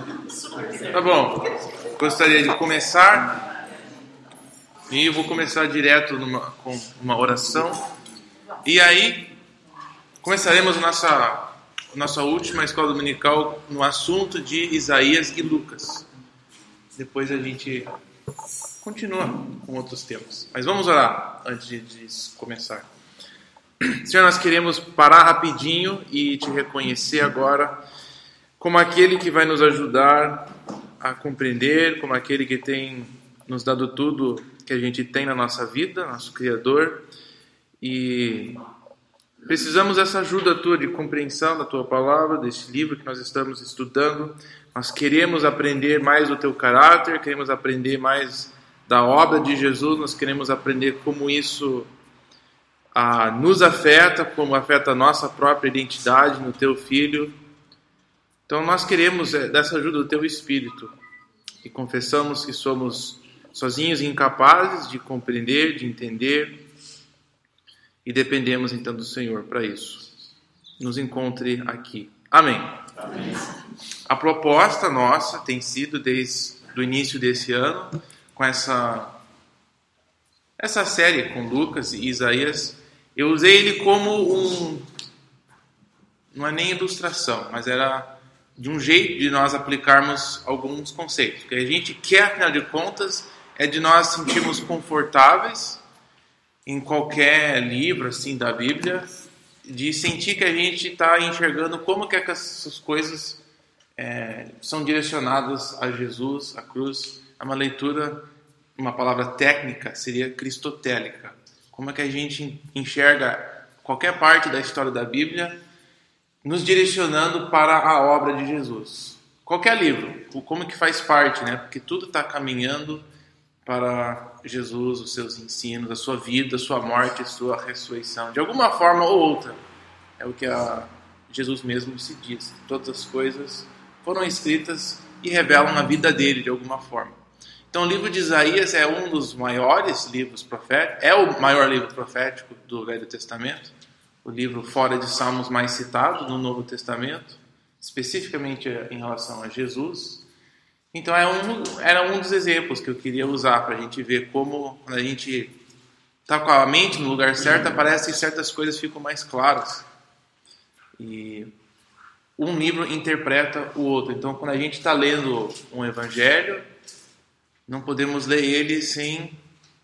Tá bom. Gostaria de começar. E eu vou começar direto com uma oração. E aí, começaremos nossa última escola dominical no assunto de Isaías e Lucas. Depois a gente continua com outros temas. Mas vamos orar antes de começar. Senhor, nós queremos parar rapidinho e te reconhecer agora como aquele que vai nos ajudar a compreender, como aquele que tem nos dado tudo que a gente tem na nossa vida, nosso Criador. E precisamos dessa ajuda tua de compreensão da tua palavra, desse livro que nós estamos estudando. Nós queremos aprender mais do teu caráter, queremos aprender mais da obra de Jesus, nós queremos aprender como isso nos afeta, como afeta a nossa própria identidade no teu Filho. Então nós queremos dessa ajuda do teu Espírito e confessamos que somos sozinhos e incapazes de compreender, de entender e dependemos então do Senhor para isso. Nos encontre aqui. Amém. Amém. A proposta nossa tem sido desde o início desse ano, com essa série com Lucas e Isaías, eu usei ele como não é nem ilustração, mas era de um jeito de nós aplicarmos alguns conceitos. O que a gente quer, afinal de contas, é de nós sentirmos confortáveis em qualquer livro assim da Bíblia, de sentir que a gente está enxergando como que essas coisas são direcionadas a Jesus, a cruz. É uma leitura, uma palavra técnica seria cristotélica. Como é que a gente enxerga qualquer parte da história da Bíblia nos direcionando para a obra de Jesus. Qualquer livro, como que faz parte, né? Porque tudo está caminhando para Jesus, os seus ensinos, a sua vida, a sua morte, a sua ressurreição. De alguma forma ou outra. É o que Jesus mesmo se diz. Todas as coisas foram escritas e revelam a vida dele de alguma forma. Então o livro de Isaías é um dos maiores livros proféticos, é o maior livro profético do Velho Testamento, o livro fora de Salmos mais citado no Novo Testamento, especificamente em relação a Jesus. Então era um dos exemplos que eu queria usar para a gente ver como, quando a gente está com a mente no lugar certo, parece que certas coisas ficam mais claras. E um livro interpreta o outro. Então, quando a gente está lendo um evangelho, não podemos ler ele sem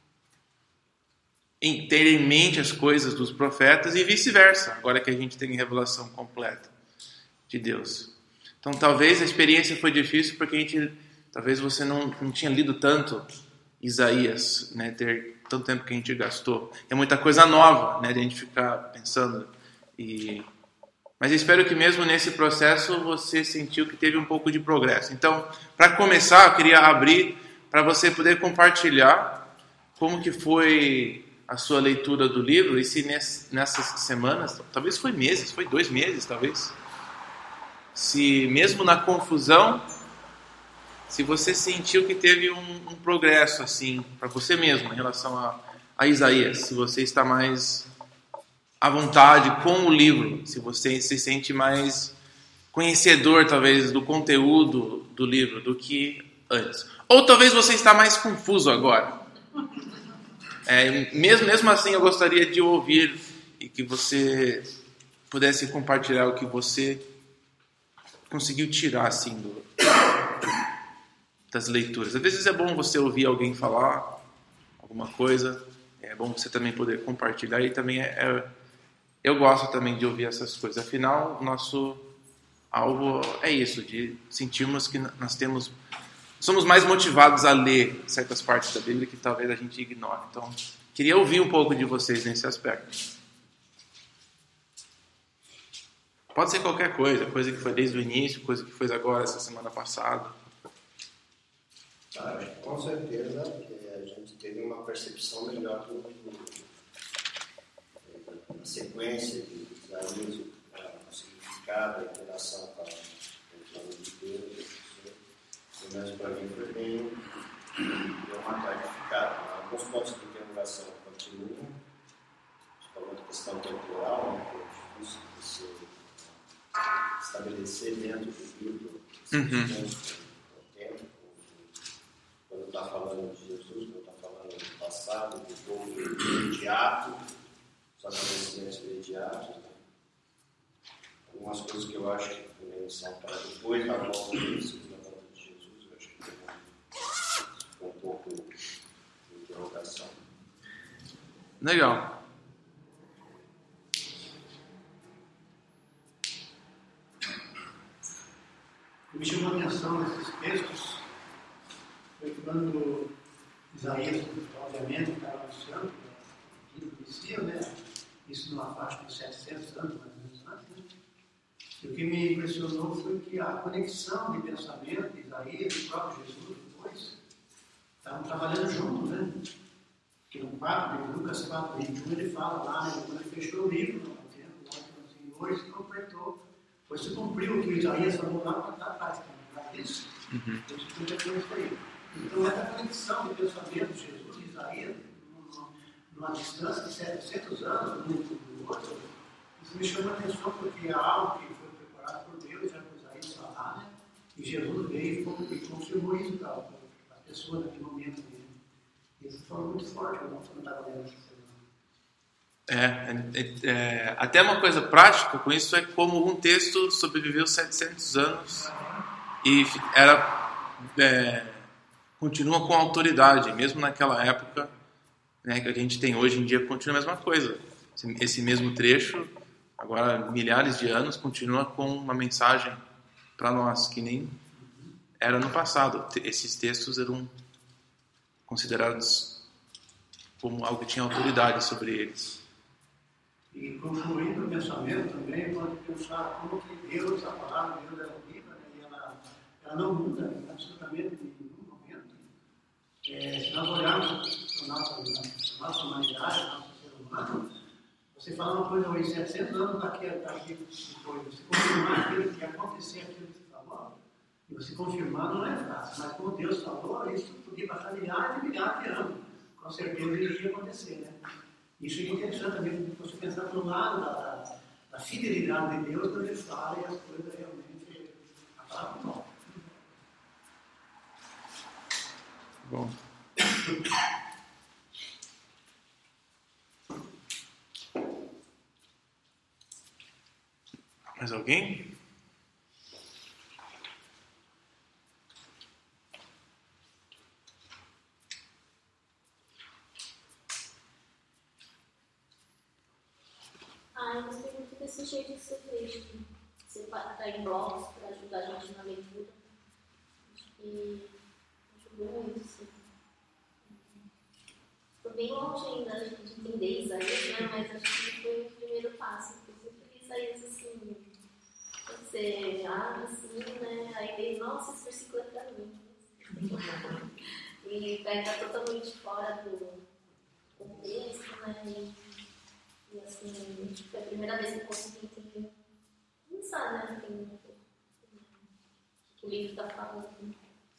ter em mente as coisas dos profetas e vice-versa, agora que a gente tem revelação completa de Deus. Então, talvez a experiência foi difícil porque talvez você não tinha lido tanto Isaías, né, ter tanto tempo que a gente gastou. É muita coisa nova, né, de a gente ficar pensando. Mas eu espero que mesmo nesse processo você sentiu que teve um pouco de progresso. Então, para começar, eu queria abrir para você poder compartilhar como que foi a sua leitura do livro, e se nessas semanas, talvez foi 2 meses, talvez, se mesmo na confusão, se você sentiu que teve um progresso, assim, para você mesmo, em relação a Isaías, se você está mais à vontade com o livro, se você se sente mais conhecedor, talvez, do conteúdo do livro do que antes. Ou talvez você está mais confuso agora. Mesmo assim, eu gostaria de ouvir e que você pudesse compartilhar o que você conseguiu tirar assim das leituras. Às vezes é bom você ouvir alguém falar alguma coisa, é bom você também poder compartilhar, e também eu gosto também de ouvir essas coisas. Afinal, o nosso alvo é isso, de sentirmos que somos mais motivados a ler certas partes da Bíblia que talvez a gente ignore. Então, queria ouvir um pouco de vocês nesse aspecto. Pode ser qualquer coisa que foi desde o início, coisa que foi agora, essa semana passada. Com certeza, a gente teve uma percepção melhor do na sequência de Isaías, o significado, a interação com a palavra de Deus. Mas para mim foi bem uma clarificada. Alguns pontos de interrogação continuam, principalmente a questão temporal, que é difícil de ser estabelecer dentro do livro o tempo, quando está falando de Jesus, quando está falando do passado, do povo imediato, os acontecimentos imediatos, né? Algumas coisas que eu acho que também são para depois da volta de Jesus, eu acho que tem um pouco de interrogação. Legal. Me chamou a atenção nesses textos foi quando Isaías, obviamente, estava anunciando o livro do Messias, né? Isso numa faixa de 700 anos, mais ou menos antes. Né? E o que me impressionou foi que a conexão de pensamento de Isaías e o próprio Jesus depois estavam trabalhando juntos, né? Porque no 4, de Lucas 4, 21, ele fala lá, né? Quando ele fechou o livro, no tempo, o Senhor se completou. Pois se cumpriu o que Isaías falou lá para trás, não é isso? Então, essa conexão de pensamento de Jesus e Isaías, numa distância de 700 anos, um do outro, isso me chama a atenção porque é algo que foi preparado por Deus, já com Isaías falar, né? E Jesus veio e confirmou isso para as pessoas naquele momento. Isso foi muito forte quando eu estava lendo essa até uma coisa prática com isso é como um texto sobreviveu 700 anos e continua com autoridade, mesmo naquela época, né, que a gente tem hoje em dia, continua a mesma coisa. Esse mesmo trecho, agora milhares de anos, continua com uma mensagem para nós, que nem era no passado. Esses textos eram considerados como algo que tinha autoridade sobre eles. E concluindo o pensamento também, pode pensar como que Deus, a palavra de Deus, ela viva, né? E ela não muda absolutamente em nenhum momento. Se nós olharmos para a nossa humanidade, o nosso ser humano, você fala uma coisa hoje, 700 anos daqui depois, você confirmar aquilo que ia acontecer, aquilo que você falou, e você confirmar não é fácil, mas como Deus falou, isso podia passar milhares e milhares de anos. Com certeza iria acontecer, né? Isso é interessante também, você pensar pelo lado da fidelidade de Deus, quando Ele fala e as coisas realmente acabam. Bom. Mais alguém? Eu gostei muito desse jeito que você fez, de separar em blocos para ajudar a gente na leitura. Acho que ajudou muito, sim. Estou bem longe ainda de entender Isaías, né? Mas acho que foi o primeiro passo. Porque eu sempre li Isaías assim, você abre assim, né? Aí vem, nossa, esse versículo é para mim. E vai estar totalmente fora do contexto, né? E assim, foi a primeira vez que eu consegui entender, pensar, né? O livro está falando.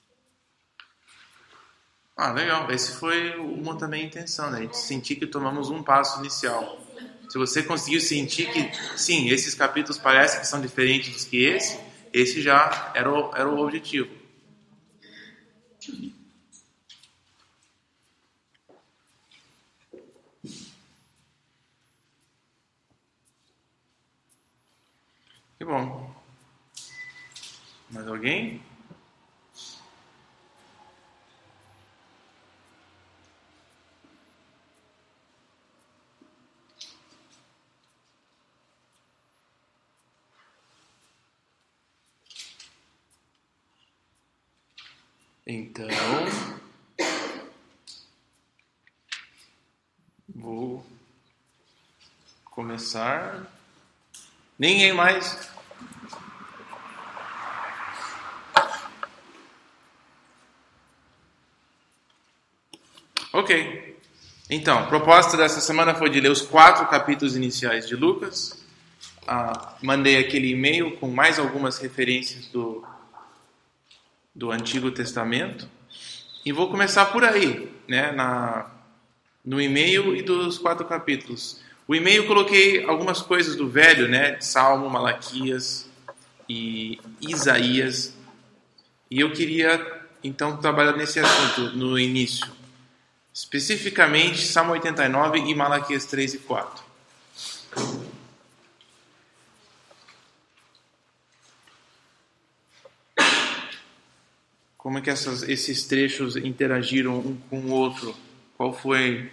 Legal. Esse foi uma também intenção, né? A gente sentir que tomamos um passo inicial. Sim. Se você conseguiu sentir que, sim, esses capítulos parecem que são diferentes dos que esse já era o objetivo. Que bom. Mais alguém? Então, vou começar. Ninguém mais? Ok. Então, a proposta dessa semana foi de ler os 4 capítulos iniciais de Lucas. Mandei aquele e-mail com mais algumas referências do Antigo Testamento. E vou começar por aí, né, no e-mail e dos 4 capítulos. O e-mail eu coloquei algumas coisas do Velho, né, Salmo, Malaquias, e Isaías. E eu queria, então, trabalhar nesse assunto no início. Especificamente, Salmo 89 e Malaquias 3 e 4. Como é que esses trechos interagiram um com o outro? Qual foi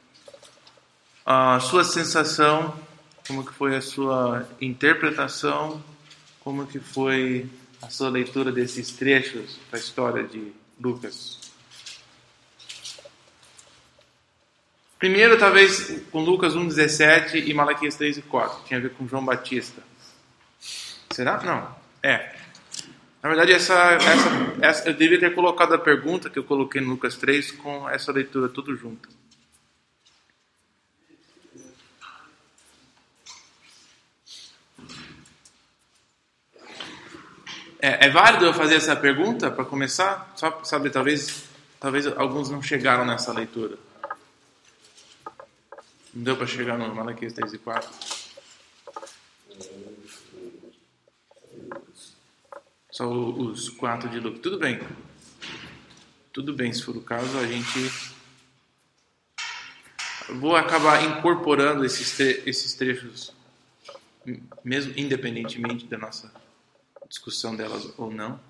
a sua sensação? Como que foi a sua interpretação? Como que foi a sua leitura desses trechos da história de Lucas? Primeiro, talvez, com Lucas 1,17 e Malaquias 3 e 4. Tinha a ver com João Batista. Será? Não. Na verdade, essa eu deveria ter colocado a pergunta que eu coloquei no Lucas 3 com essa leitura tudo junto. É válido eu fazer essa pergunta para começar? Só, sabe, talvez alguns não chegaram nessa leitura. Não deu para chegar no Malaquias 3 e 4? Só os 4 de Lucas. Tudo bem. Tudo bem, se for o caso, a gente... Vou acabar incorporando esses trechos, mesmo independentemente da nossa discussão delas ou não.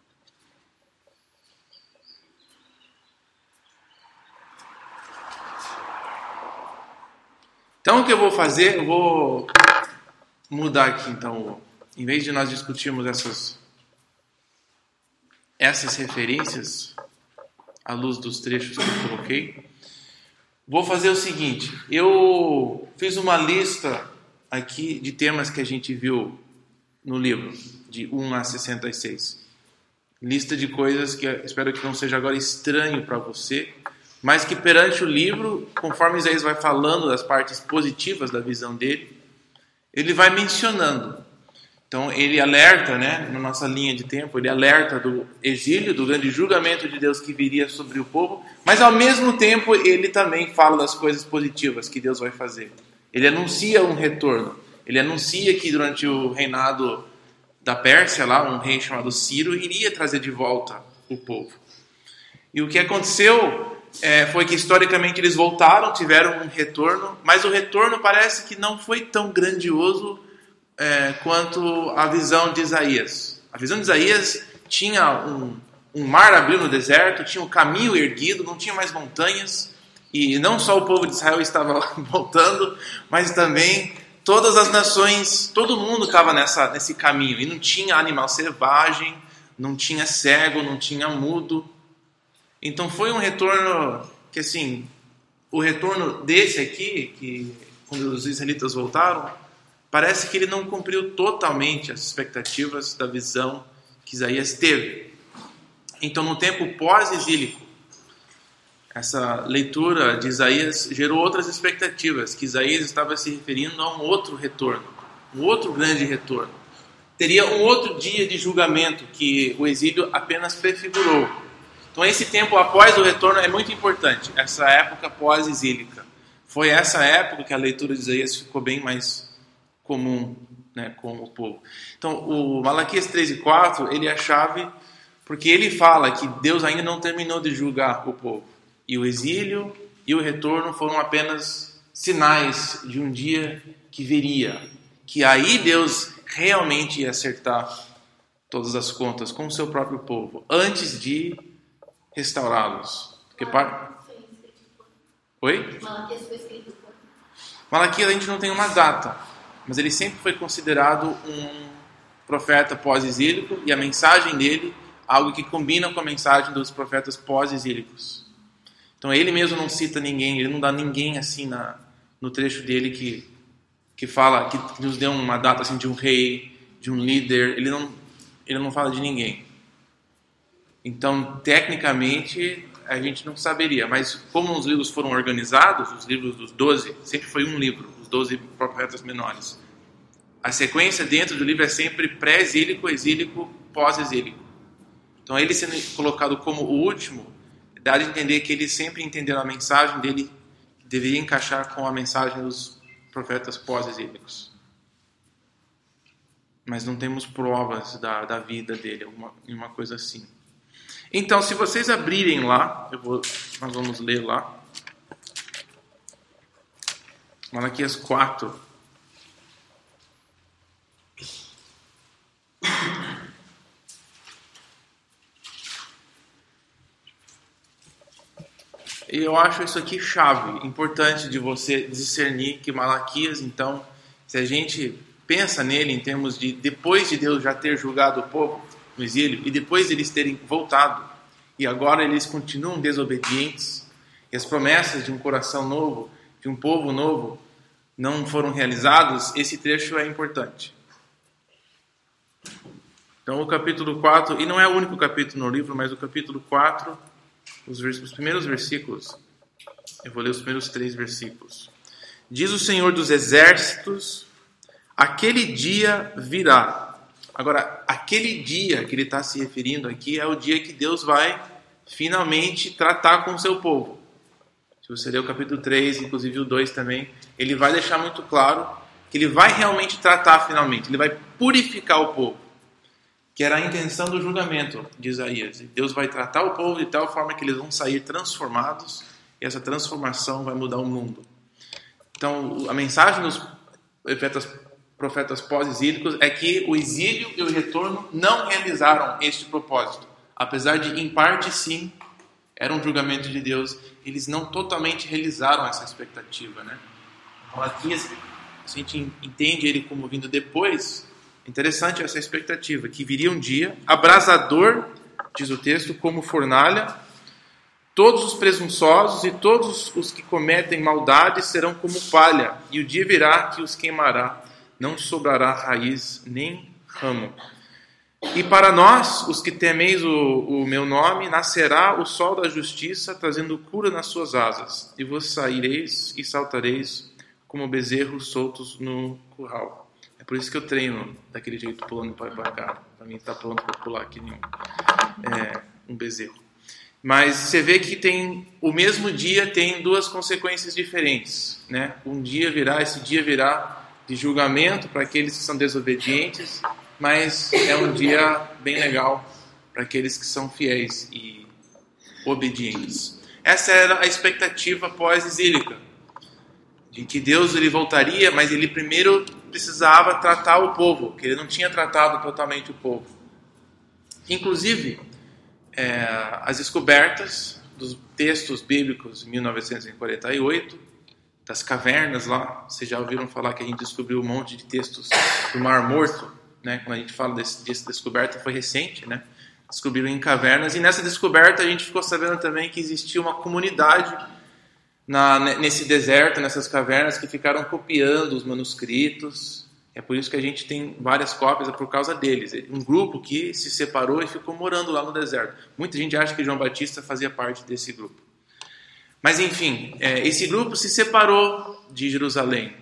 Então, o que eu vou fazer, eu vou mudar aqui, então, em vez de nós discutirmos essas referências à luz dos trechos que eu coloquei, vou fazer o seguinte: eu fiz uma lista aqui de temas que a gente viu no livro, de 1 a 66. Lista de coisas que espero que não seja agora estranho para você, mas que perante o livro, conforme Isaías vai falando das partes positivas da visão dele, ele vai mencionando. Então ele alerta, na nossa linha de tempo, ele alerta do exílio, do grande julgamento de Deus que viria sobre o povo, mas ao mesmo tempo ele também fala das coisas positivas que Deus vai fazer. Ele anuncia um retorno, ele anuncia que durante o reinado da Pérsia, lá um rei chamado Ciro iria trazer de volta o povo. E o que aconteceu foi que historicamente eles voltaram, tiveram um retorno, mas o retorno parece que não foi tão grandioso quanto a visão de Isaías. A visão de Isaías tinha um mar abriu no deserto, tinha um caminho erguido, não tinha mais montanhas, e não só o povo de Israel estava voltando, mas também todas as nações, todo mundo estava nesse caminho, e não tinha animal selvagem, não tinha cego, não tinha mudo. Então foi um retorno que, assim, o retorno desse aqui, que quando os israelitas voltaram, parece que ele não cumpriu totalmente as expectativas da visão que Isaías teve. Então, no tempo pós-exílico, essa leitura de Isaías gerou outras expectativas, que Isaías estava se referindo a um outro retorno, um outro grande retorno. Teria um outro dia de julgamento que o exílio apenas prefigurou. Então, esse tempo após o retorno é muito importante, essa época pós-exílica. Foi essa época que a leitura de Isaías ficou bem mais comum, com o povo. Então, o Malaquias 3 e 4, ele é a chave, porque ele fala que Deus ainda não terminou de julgar o povo. E o exílio e o retorno foram apenas sinais de um dia que viria. Que aí Deus realmente ia acertar todas as contas com o seu próprio povo, antes de restaurá-los. Oi? Malaquias foi escrito quando? Malaquias a gente não tem uma data, mas ele sempre foi considerado um profeta pós-exílico, e a mensagem dele, algo que combina com a mensagem dos profetas pós-exílicos. Então ele mesmo não cita ninguém, ele não dá ninguém assim no trecho dele que fala, que nos deu uma data assim de um rei, de um líder, ele não fala de ninguém. Então, tecnicamente, a gente não saberia, mas como os livros foram organizados, os livros dos 12, sempre foi um livro, os 12 profetas menores. A sequência dentro do livro é sempre pré-exílico, exílico, pós-exílico. Então, ele sendo colocado como o último, dá a entender que ele sempre entendeu a mensagem dele, que deveria encaixar com a mensagem dos profetas pós-exílicos. mas não temos provas da vida dele, uma coisa assim. Então, se vocês abrirem lá, nós vamos ler lá, Malaquias 4. E eu acho isso aqui chave, importante de você discernir que Malaquias, então, se a gente pensa nele em termos de depois de Deus já ter julgado o povo no exílio e depois de eles terem voltado e agora eles continuam desobedientes e as promessas de um coração novo, de um povo novo não foram realizados, esse trecho é importante. Então o capítulo 4, e não é o único capítulo no livro, mas o capítulo 4, os primeiros versículos, eu vou ler os primeiros 3 versículos. Diz o Senhor dos Exércitos, aquele dia virá. Agora, aquele dia que ele está se referindo aqui é o dia que Deus vai finalmente tratar com o seu povo. Se você ler o capítulo 3, inclusive o 2 também, ele vai deixar muito claro que ele vai realmente tratar finalmente, ele vai purificar o povo, que era a intenção do julgamento de Isaías. E Deus vai tratar o povo de tal forma que eles vão sair transformados e essa transformação vai mudar o mundo. Então, a mensagem dos profetas pós-exílicos é que o exílio e o retorno não realizaram este propósito. Apesar de, em parte, sim, era um julgamento de Deus, eles não totalmente realizaram essa expectativa, né? Malaquias, se a gente entende ele como vindo depois, é interessante essa expectativa, que viria um dia abrasador, diz o texto, como fornalha, todos os presunçosos e todos os que cometem maldade serão como palha, e o dia virá que os queimará, não sobrará raiz nem ramo. E para nós, os que temeis o meu nome, nascerá o sol da justiça, trazendo cura nas suas asas, e vos saireis e saltareis como bezerros soltos no curral. É por isso que eu treino daquele jeito, pulando para cá. Para mim está pronto para pular aqui um bezerro. Mas você vê que o mesmo dia tem 2 consequências diferentes, né? Esse dia virá de julgamento para aqueles que são desobedientes, mas é um dia bem legal para aqueles que são fiéis e obedientes. Essa era a expectativa pós-exílica, de que Deus ele voltaria, mas ele primeiro precisava tratar o povo, que ele não tinha tratado totalmente o povo. Inclusive, as descobertas dos textos bíblicos em 1948, das cavernas lá, vocês já ouviram falar que a gente descobriu um monte de textos do Mar Morto, né? Quando a gente fala dessa descoberta, foi recente, né? Descobriram em cavernas, e nessa descoberta a gente ficou sabendo também que existia uma comunidade nesse deserto, nessas cavernas, que ficaram copiando os manuscritos. É por isso que a gente tem várias cópias, é por causa deles. Um grupo que se separou e ficou morando lá no deserto. Muita gente acha que João Batista fazia parte desse grupo. Mas enfim, esse grupo se separou de Jerusalém.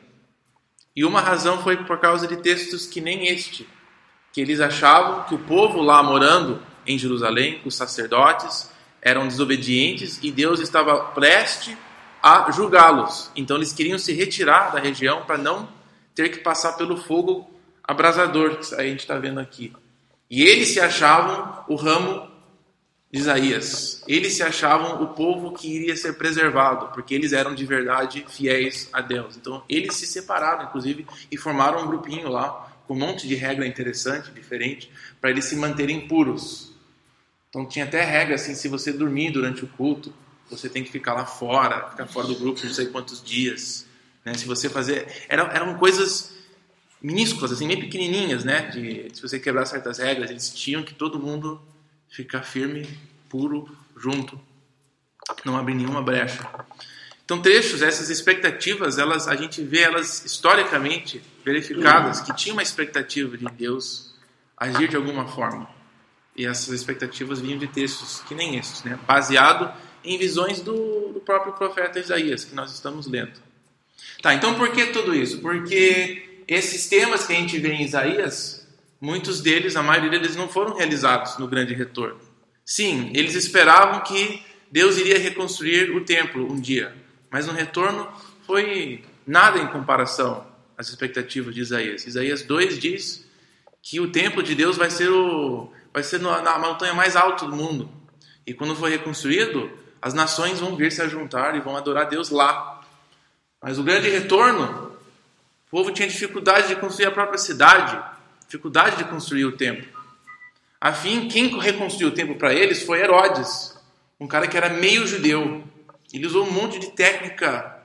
E uma razão foi por causa de textos que nem este, que eles achavam que o povo lá morando em Jerusalém, os sacerdotes, eram desobedientes e Deus estava prestes a julgá-los. Então eles queriam se retirar da região para não ter que passar pelo fogo abrasador que a gente está vendo aqui. E eles se achavam o ramo de Isaías. Eles se achavam o povo que iria ser preservado, porque eles eram de verdade fiéis a Deus. Então eles se separaram, inclusive, e formaram um grupinho lá, com um monte de regra interessante, diferente, para eles se manterem puros. Então tinha até regra assim, se você dormir durante o culto, você tem que ficar lá fora, ficar fora do grupo não sei quantos dias. Né? Se você fazer... Eram coisas minúsculas, assim, bem pequenininhas, né? Se você quebrar certas regras, eles tinham que todo mundo ficar firme, puro, junto. Não abrir nenhuma brecha. Então, essas expectativas, a gente vê elas historicamente verificadas, que tinha uma expectativa de Deus agir de alguma forma. E essas expectativas vinham de textos que nem esses, né? Baseado em visões do próprio profeta Isaías, que nós estamos lendo. Tá, então por que tudo isso? Porque esses temas que a gente vê em Isaías, muitos deles, a maioria deles não foram realizados no grande retorno. Sim, eles esperavam que Deus iria reconstruir o templo um dia, mas no retorno foi nada em comparação às expectativas de Isaías. Isaías 2 diz que o templo de Deus vai ser na montanha mais alta do mundo. E quando for reconstruído, as nações vão vir se juntar e vão adorar Deus lá. Mas o grande retorno, o povo tinha dificuldade de construir a própria cidade, dificuldade de construir o templo. Quem reconstruiu o templo para eles foi Herodes, um cara que era meio judeu. Ele usou um monte de técnica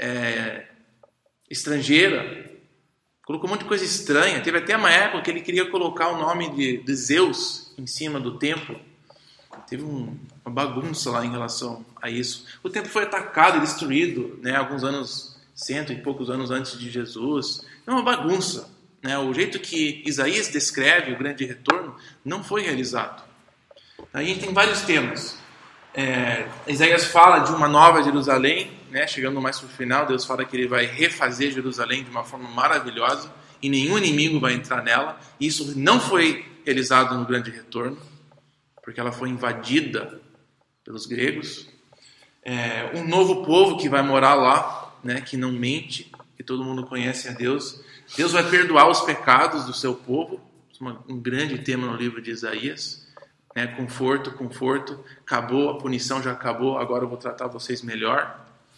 estrangeira, colocou um monte de coisa estranha. Teve até uma época que ele queria colocar o nome de Zeus em cima do templo. Teve uma bagunça lá em relação a isso. O templo foi atacado e destruído, né, alguns anos, 100 e poucos anos antes de Jesus. É uma bagunça, né? O jeito que Isaías descreve o grande retorno não foi realizado. A gente tem vários temas. Isaías fala de uma nova Jerusalém, né? Chegando mais para o final, Deus fala que ele vai refazer Jerusalém de uma forma maravilhosa e nenhum inimigo vai entrar nela. Isso não foi realizado no grande retorno, porque ela foi invadida pelos gregos. Um novo povo que vai morar lá, né? Que não mente, que todo mundo conhece a Deus. Deus vai perdoar os pecados do seu povo. Isso é um grande tema no livro de Isaías. Conforto, acabou, a punição já acabou, agora eu vou tratar vocês melhor.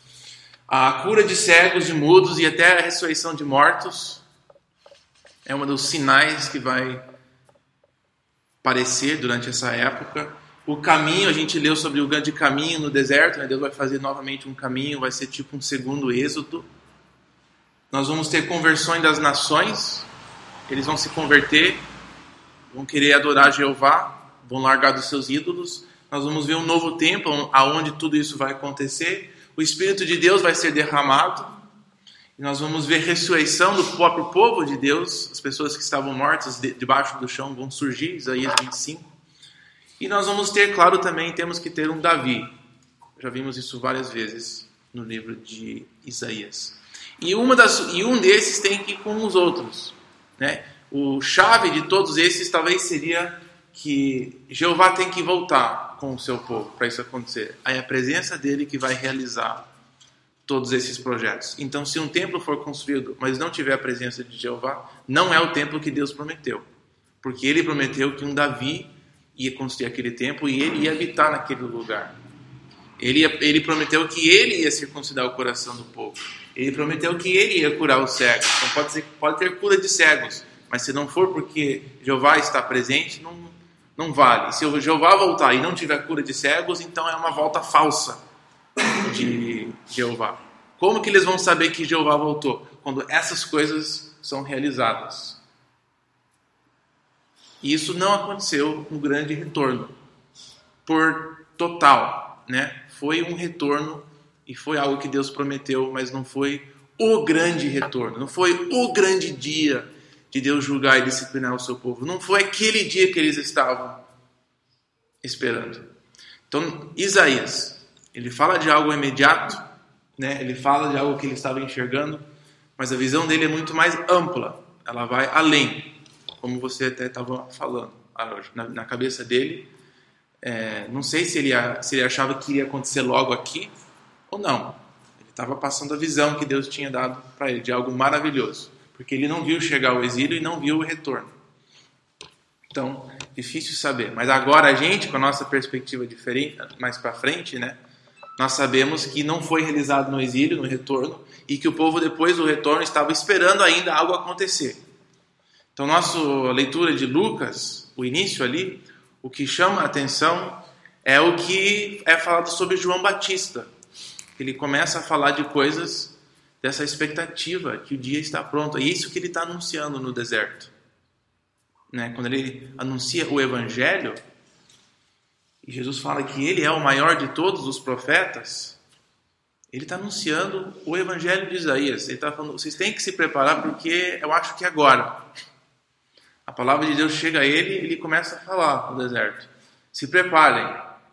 A cura de cegos, de mudos e até a ressurreição de mortos é um dos sinais que vai aparecer durante essa época. O caminho, a gente leu sobre o grande caminho no deserto, né? Deus vai fazer novamente um caminho, vai ser tipo um segundo êxodo. Nós vamos ter conversões das nações, eles vão se converter, vão querer adorar Jeová, vão largar dos seus ídolos. Nós vamos ver um novo templo aonde tudo isso vai acontecer. O Espírito de Deus vai ser derramado. E nós vamos ver ressurreição do próprio povo de Deus. As pessoas que estavam mortas debaixo do chão vão surgir, Isaías 25. E nós vamos ter, claro, também temos que ter um Davi. Já vimos isso várias vezes no livro de Isaías. E um desses tem que ir com os outros, né? O chave de todos esses talvez seria que Jeová tem que voltar com o seu povo para isso acontecer. Aí é a presença dele que vai realizar todos esses projetos. Então, se um templo for construído, mas não tiver a presença de Jeová, não é o templo que Deus prometeu. Porque ele prometeu que um Davi ia construir aquele templo e ele ia habitar naquele lugar. Ele prometeu que ele ia circuncidar o coração do povo. Ele prometeu que ele ia curar os cegos. Então pode ter cura de cegos, mas se não for porque Jeová está presente, não vale. Se o Jeová voltar e não tiver cura de cegos, então é uma volta falsa de Jeová. Como que eles vão saber que Jeová voltou? Quando essas coisas são realizadas. E isso não aconteceu no grande retorno. Por total, né? Foi um retorno e foi algo que Deus prometeu, mas não foi o grande retorno. Não foi o grande dia de Deus julgar e disciplinar o seu povo. Não foi aquele dia que eles estavam esperando. Então, Isaías, ele fala de algo imediato, né? Ele fala de algo que ele estava enxergando, mas a visão dele é muito mais ampla. Ela vai além, como você até estava falando na cabeça dele. Não sei se ele achava que ia acontecer logo aqui ou não. Ele estava passando a visão que Deus tinha dado para ele, de algo maravilhoso. Porque ele não viu chegar o exílio e não viu o retorno. Então, difícil saber. Mas agora a gente, com a nossa perspectiva diferente, mais para frente, né, nós sabemos que não foi realizado no exílio, no retorno, e que o povo depois do retorno estava esperando ainda algo acontecer. Então, nossa leitura de Lucas, o início ali, o que chama a atenção é o que é falado sobre João Batista. Ele começa a falar de coisas dessa expectativa que o dia está pronto. É isso que ele está anunciando no deserto. Né? Quando ele anuncia o Evangelho, e Jesus fala que ele é o maior de todos os profetas, ele está anunciando o Evangelho de Isaías. Ele está falando, vocês têm que se preparar porque eu acho que agora. A palavra de Deus chega a ele começa a falar no deserto. Se preparem,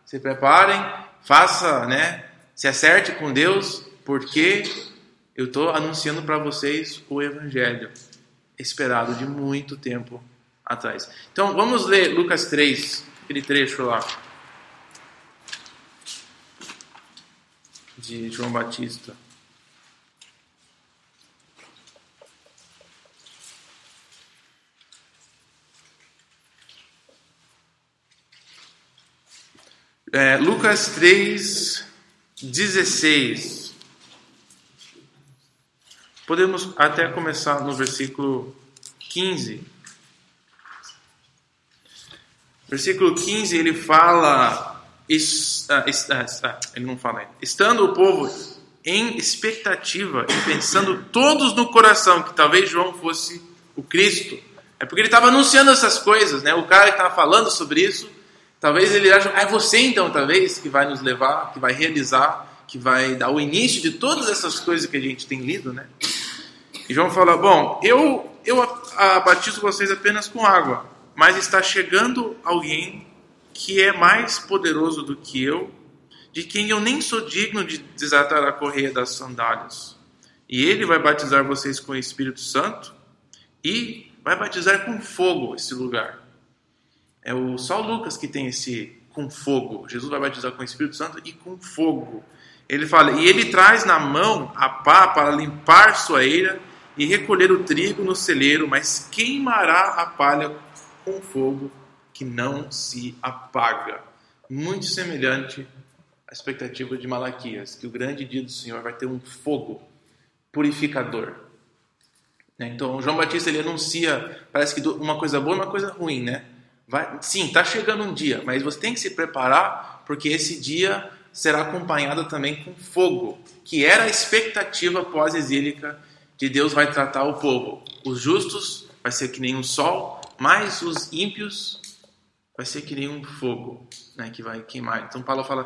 faça, né? Se acerte com Deus, porque eu estou anunciando para vocês o Evangelho esperado de muito tempo atrás. Então, vamos ler Lucas 3, aquele trecho lá de João Batista. Lucas 3:16. Podemos até começar no versículo 15. Versículo 15, ele fala, ele não fala ainda. Estando o povo em expectativa e pensando todos no coração que talvez João fosse o Cristo, é porque ele estava anunciando essas coisas, né? O cara que estava falando sobre isso, talvez ele ache, é você então, talvez, que vai nos levar, que vai realizar, que vai dar o início de todas essas coisas que a gente tem lido, né? E João fala, bom, eu batizo vocês apenas com água, mas está chegando alguém que é mais poderoso do que eu, de quem eu nem sou digno de desatar a correia das sandálias. E ele vai batizar vocês com o Espírito Santo e vai batizar com fogo esse lugar. É só o Lucas que tem esse com fogo. Jesus vai batizar com o Espírito Santo e com fogo. Ele fala, e ele traz na mão a pá para limpar sua eira e recolher o trigo no celeiro, mas queimará a palha com fogo que não se apaga. Muito semelhante à expectativa de Malaquias, que o grande dia do Senhor vai ter um fogo purificador. Então, João Batista, ele anuncia, parece que uma coisa boa e uma coisa ruim, né? Sim, está chegando um dia, mas você tem que se preparar, porque esse dia será acompanhado também com fogo, que era a expectativa pós-exílica de Deus vai tratar o povo. Os justos vai ser que nem um sol, mas os ímpios vai ser que nem um fogo, né, que vai queimar. Então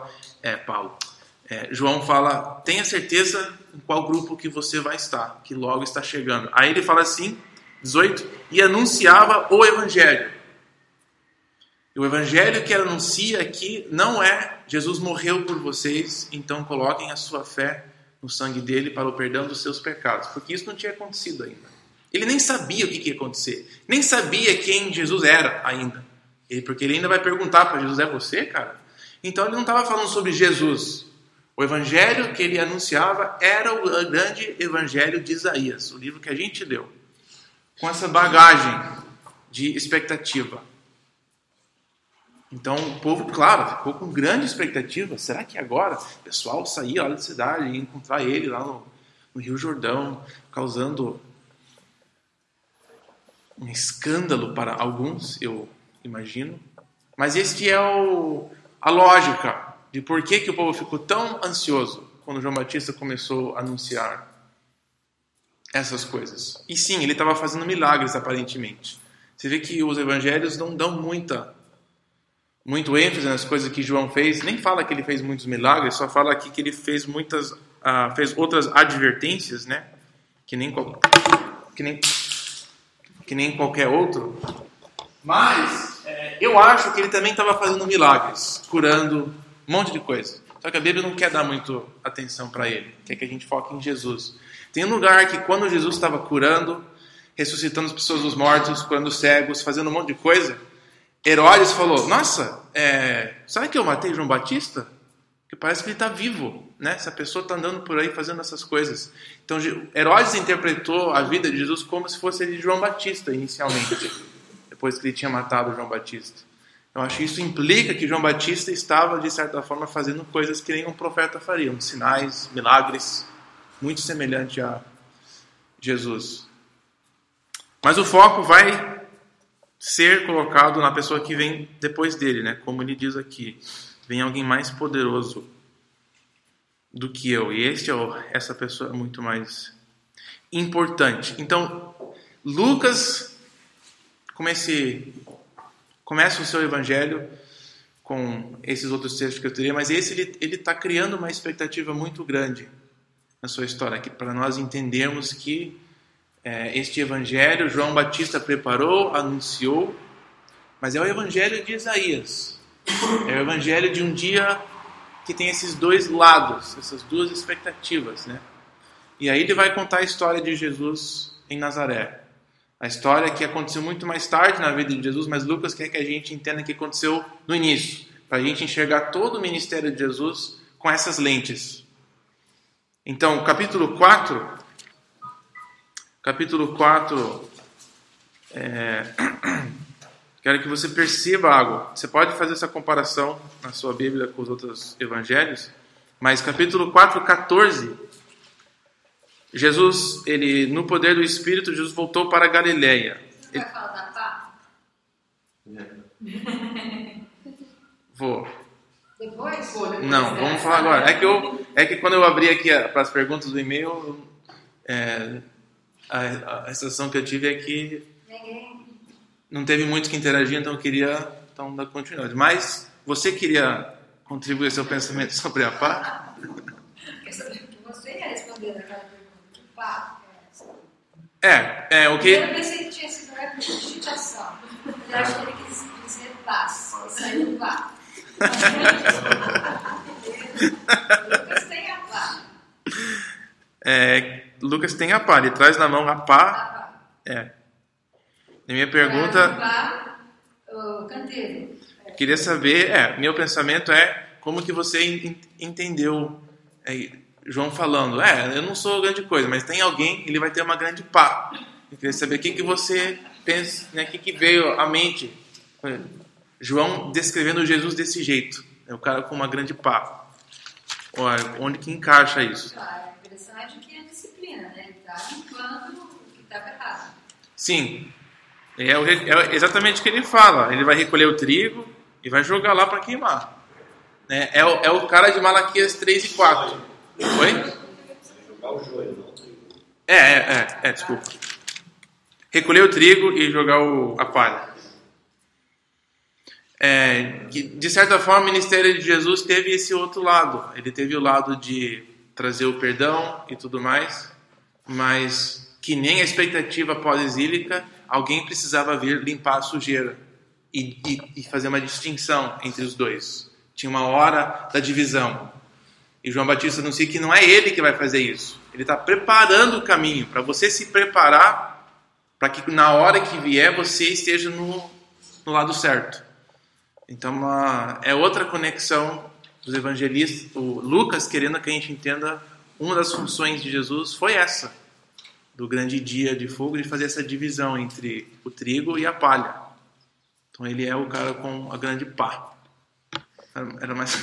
João fala, tenha certeza em qual grupo que você vai estar, que logo está chegando. Aí ele fala assim, 18, e anunciava o Evangelho. E o Evangelho que anuncia aqui não é Jesus morreu por vocês, então coloquem a sua fé no sangue dele para o perdão dos seus pecados, porque isso não tinha acontecido ainda. Ele nem sabia o que ia acontecer, nem sabia quem Jesus era ainda, porque ele ainda vai perguntar para Jesus, é você, cara? Então ele não estava falando sobre Jesus. O evangelho que ele anunciava era o grande evangelho de Isaías, o livro que a gente leu, com essa bagagem de expectativa. Então o povo, claro, ficou com grande expectativa. Será que agora o pessoal saía lá da cidade e encontrar ele lá no Rio Jordão, causando um escândalo para alguns, eu imagino. Mas este é a lógica de por que o povo ficou tão ansioso quando João Batista começou a anunciar essas coisas. E sim, ele estava fazendo milagres aparentemente. Você vê que os evangelhos não dão muito ênfase nas coisas que João fez, nem fala que ele fez muitos milagres, só fala aqui que ele fez fez outras advertências, né? Que nem qualquer outro. Mas eu acho que ele também estava fazendo milagres, curando um monte de coisa. Só que a Bíblia não quer dar muito atenção para ele, quer que a gente foque em Jesus. Tem um lugar que quando Jesus estava curando, ressuscitando as pessoas dos mortos, curando os cegos, fazendo um monte de coisa, Herodes falou, nossa, sabe que eu matei João Batista? Porque parece que ele está vivo, né? Essa pessoa está andando por aí fazendo essas coisas. Então Herodes interpretou a vida de Jesus como se fosse ele de João Batista inicialmente, depois que ele tinha matado João Batista. Eu acho que isso implica que João Batista estava, de certa forma, fazendo coisas que nem um profeta faria, sinais, milagres, muito semelhante a Jesus. Mas o foco vai ser colocado na pessoa que vem depois dele, né? Como ele diz aqui, vem alguém mais poderoso do que eu. E essa pessoa é muito mais importante. Então, Lucas começa o seu evangelho com esses outros textos que eu teria, mas ele está criando uma expectativa muito grande na sua história, aqui, para nós entendermos que este evangelho João Batista preparou, anunciou, mas é o evangelho de Isaías. É o evangelho de um dia que tem esses dois lados, essas duas expectativas, né? E aí ele vai contar a história de Jesus em Nazaré. A história que aconteceu muito mais tarde na vida de Jesus, mas Lucas quer que a gente entenda que aconteceu no início, para a gente enxergar todo o ministério de Jesus com essas lentes. Então, capítulo 4, Quero que você perceba algo. Você pode fazer essa comparação na sua Bíblia com os outros evangelhos, mas capítulo 4, 14, Jesus, ele, no poder do Espírito, Jesus voltou para a Galileia. Você vai falar da pá? Vou. Depois? Não, vamos falar agora. É que quando eu abri aqui para as perguntas do e-mail, a sensação que eu tive é que não teve muitos que interagiam, então eu queria dar continuidade. Mas você queria contribuir seu pensamento sobre a pá? Você ia responder naquela pergunta. Que pá o que... Eu pensei que tinha sido uma digitação. Eu acho que ele quis dizer paz. E saiu pá. Lucas tem a pá. Lucas tem a pá. Ele traz na mão a pá. A minha pergunta... O canteiro. Queria saber... meu pensamento é como que você entendeu... João falando, eu não sou grande coisa, mas tem alguém, ele vai ter uma grande pá. Eu queria saber o que você pensa, né, o que veio à mente. João descrevendo Jesus desse jeito, o cara com uma grande pá. Onde que encaixa isso? A impressão é de que é disciplina, né? Ele está limpando o que estava errado. Sim, é exatamente o que ele fala. Ele vai recolher o trigo e vai jogar lá para queimar. É o cara de Malaquias 3 e 4. Oi? Jogar o joio, não o trigo. Desculpa. Recolher o trigo e jogar a palha. Que, de certa forma, o ministério de Jesus teve esse outro lado. Ele teve o lado de trazer o perdão e tudo mais, mas que nem a expectativa pós-exílica, alguém precisava vir limpar a sujeira e fazer uma distinção entre os dois. Tinha uma hora da divisão. E João Batista anuncia que não é ele que vai fazer isso. Ele está preparando o caminho para você se preparar para que na hora que vier você esteja no lado certo. Então é outra conexão dos evangelistas. O Lucas, querendo que a gente entenda, uma das funções de Jesus foi essa, do grande dia de fogo, de fazer essa divisão entre o trigo e a palha. Então ele é o cara com a grande pá. Era mais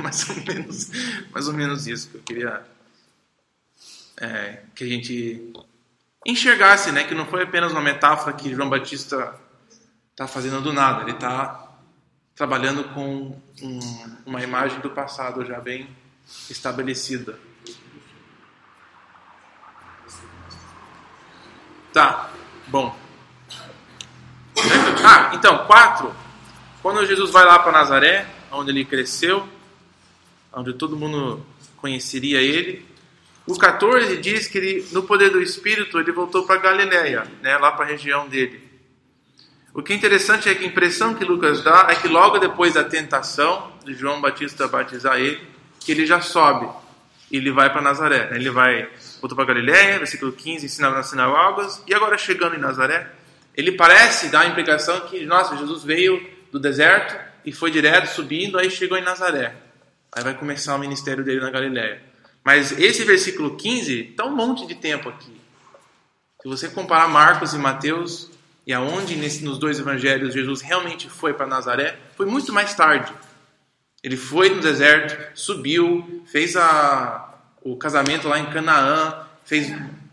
ou menos isso que eu queria que a gente enxergasse, né? Que não foi apenas uma metáfora que João Batista está fazendo do nada. Ele está trabalhando com uma imagem do passado já bem estabelecida. Tá, bom. Então, 4. Quando Jesus vai lá para Nazaré, onde ele cresceu, onde todo mundo conheceria ele. O 14 diz que ele, no poder do Espírito, ele voltou para Galileia, né, lá para a região dele. O que é interessante é que a impressão que Lucas dá é que logo depois da tentação de João Batista batizar ele, que ele já sobe, e ele vai para Nazaré. Ele voltou para Galileia, versículo 15, ensinava nas sinagogas, e agora chegando em Nazaré, ele parece dar a implicação que, nossa, Jesus veio do deserto, e foi direto subindo, aí chegou em Nazaré. Aí vai começar o ministério dele na Galileia. Mas esse versículo 15 está um monte de tempo aqui. Se você comparar Marcos e Mateus, e aonde nos dois evangelhos Jesus realmente foi para Nazaré, foi muito mais tarde. Ele foi no deserto, subiu, fez o casamento lá em Canaã, fez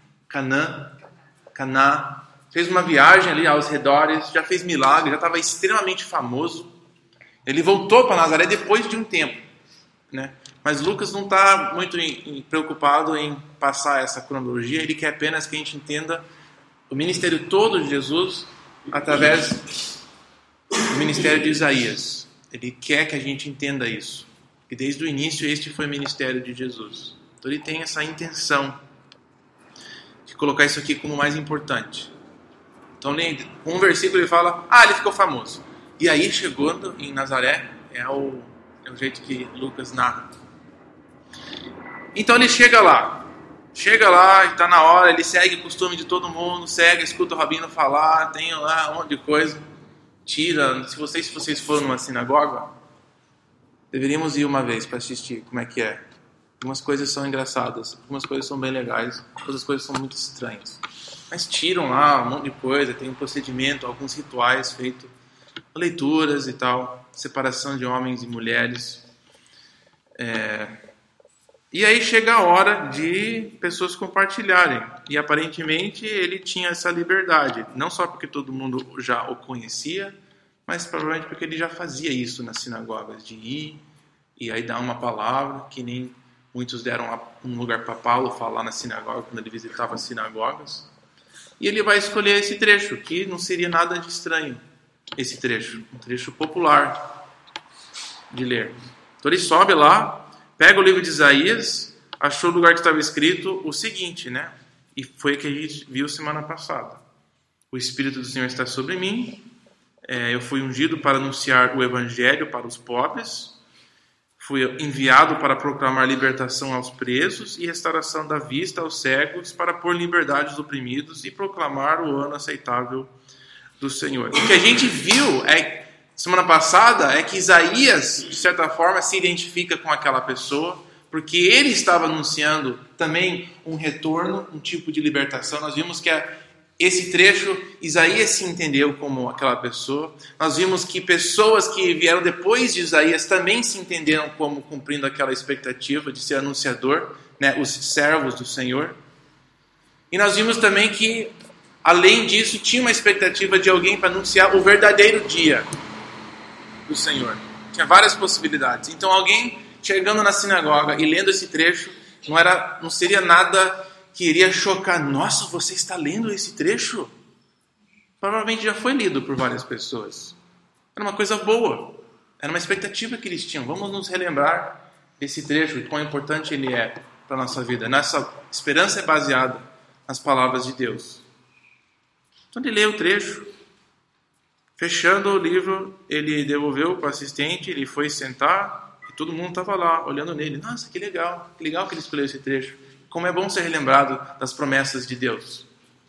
Caná, fez uma viagem ali aos redores, já fez milagre, já estava extremamente famoso. Ele voltou para Nazaré depois de um tempo, né? Mas Lucas não está muito preocupado em passar essa cronologia. Ele quer apenas que a gente entenda o ministério todo de Jesus através do ministério de Isaías. Ele quer que a gente entenda isso. E desde o início este foi o ministério de Jesus. Então ele tem essa intenção de colocar isso aqui como mais importante. Então, um versículo ele fala, ele ficou famoso. E aí, chegando em Nazaré, é o jeito que Lucas narra. Então ele chega lá e está na hora, ele segue o costume de todo mundo, escuta o rabino falar, tem lá um monte de coisa, tira. Se vocês forem numa sinagoga, deveríamos ir uma vez para assistir como é que é. Algumas coisas são engraçadas, algumas coisas são bem legais, outras coisas são muito estranhas. Mas tiram lá um monte de coisa, tem um procedimento, alguns rituais feitos leituras e tal, separação de homens e mulheres. E aí chega a hora de pessoas compartilharem. E aparentemente ele tinha essa liberdade. Não só porque todo mundo já o conhecia, mas provavelmente porque ele já fazia isso nas sinagogas, de ir e aí dar uma palavra, que nem muitos deram um lugar para Paulo falar na sinagoga, quando ele visitava as sinagogas. E ele vai escolher esse trecho, que não seria nada de estranho, esse trecho. Um trecho popular de ler. Então ele sobe lá, pega o livro de Isaías, achou o lugar que estava escrito o seguinte, né? E foi o que a gente viu semana passada. O Espírito do Senhor está sobre mim, eu fui ungido para anunciar o Evangelho para os pobres, fui enviado para proclamar libertação aos presos e restauração da vista aos cegos, para pôr liberdade aos oprimidos e proclamar o ano aceitável do Senhor. O que a gente viu semana passada é que Isaías, de certa forma, se identifica com aquela pessoa, porque ele estava anunciando também um retorno, um tipo de libertação. Nós vimos que esse trecho, Isaías se entendeu como aquela pessoa. Nós vimos que pessoas que vieram depois de Isaías também se entenderam como cumprindo aquela expectativa de ser anunciador, né, os servos do Senhor. E nós vimos também que, além disso, tinha uma expectativa de alguém para anunciar o verdadeiro dia do Senhor. Tinha várias possibilidades. Então alguém chegando na sinagoga e lendo esse trecho não seria nada que iria chocar. Nossa, você está lendo esse trecho? Provavelmente já foi lido por várias pessoas. Era uma coisa boa. Era uma expectativa que eles tinham. Vamos nos relembrar desse trecho e quão importante ele é para a nossa vida. Nossa esperança é baseada nas palavras de Deus. Então ele leu o trecho. Fechando o livro, ele devolveu para o assistente, ele foi sentar e todo mundo estava lá, olhando nele. Nossa, que legal que ele escolheu esse trecho. Como é bom ser relembrado das promessas de Deus.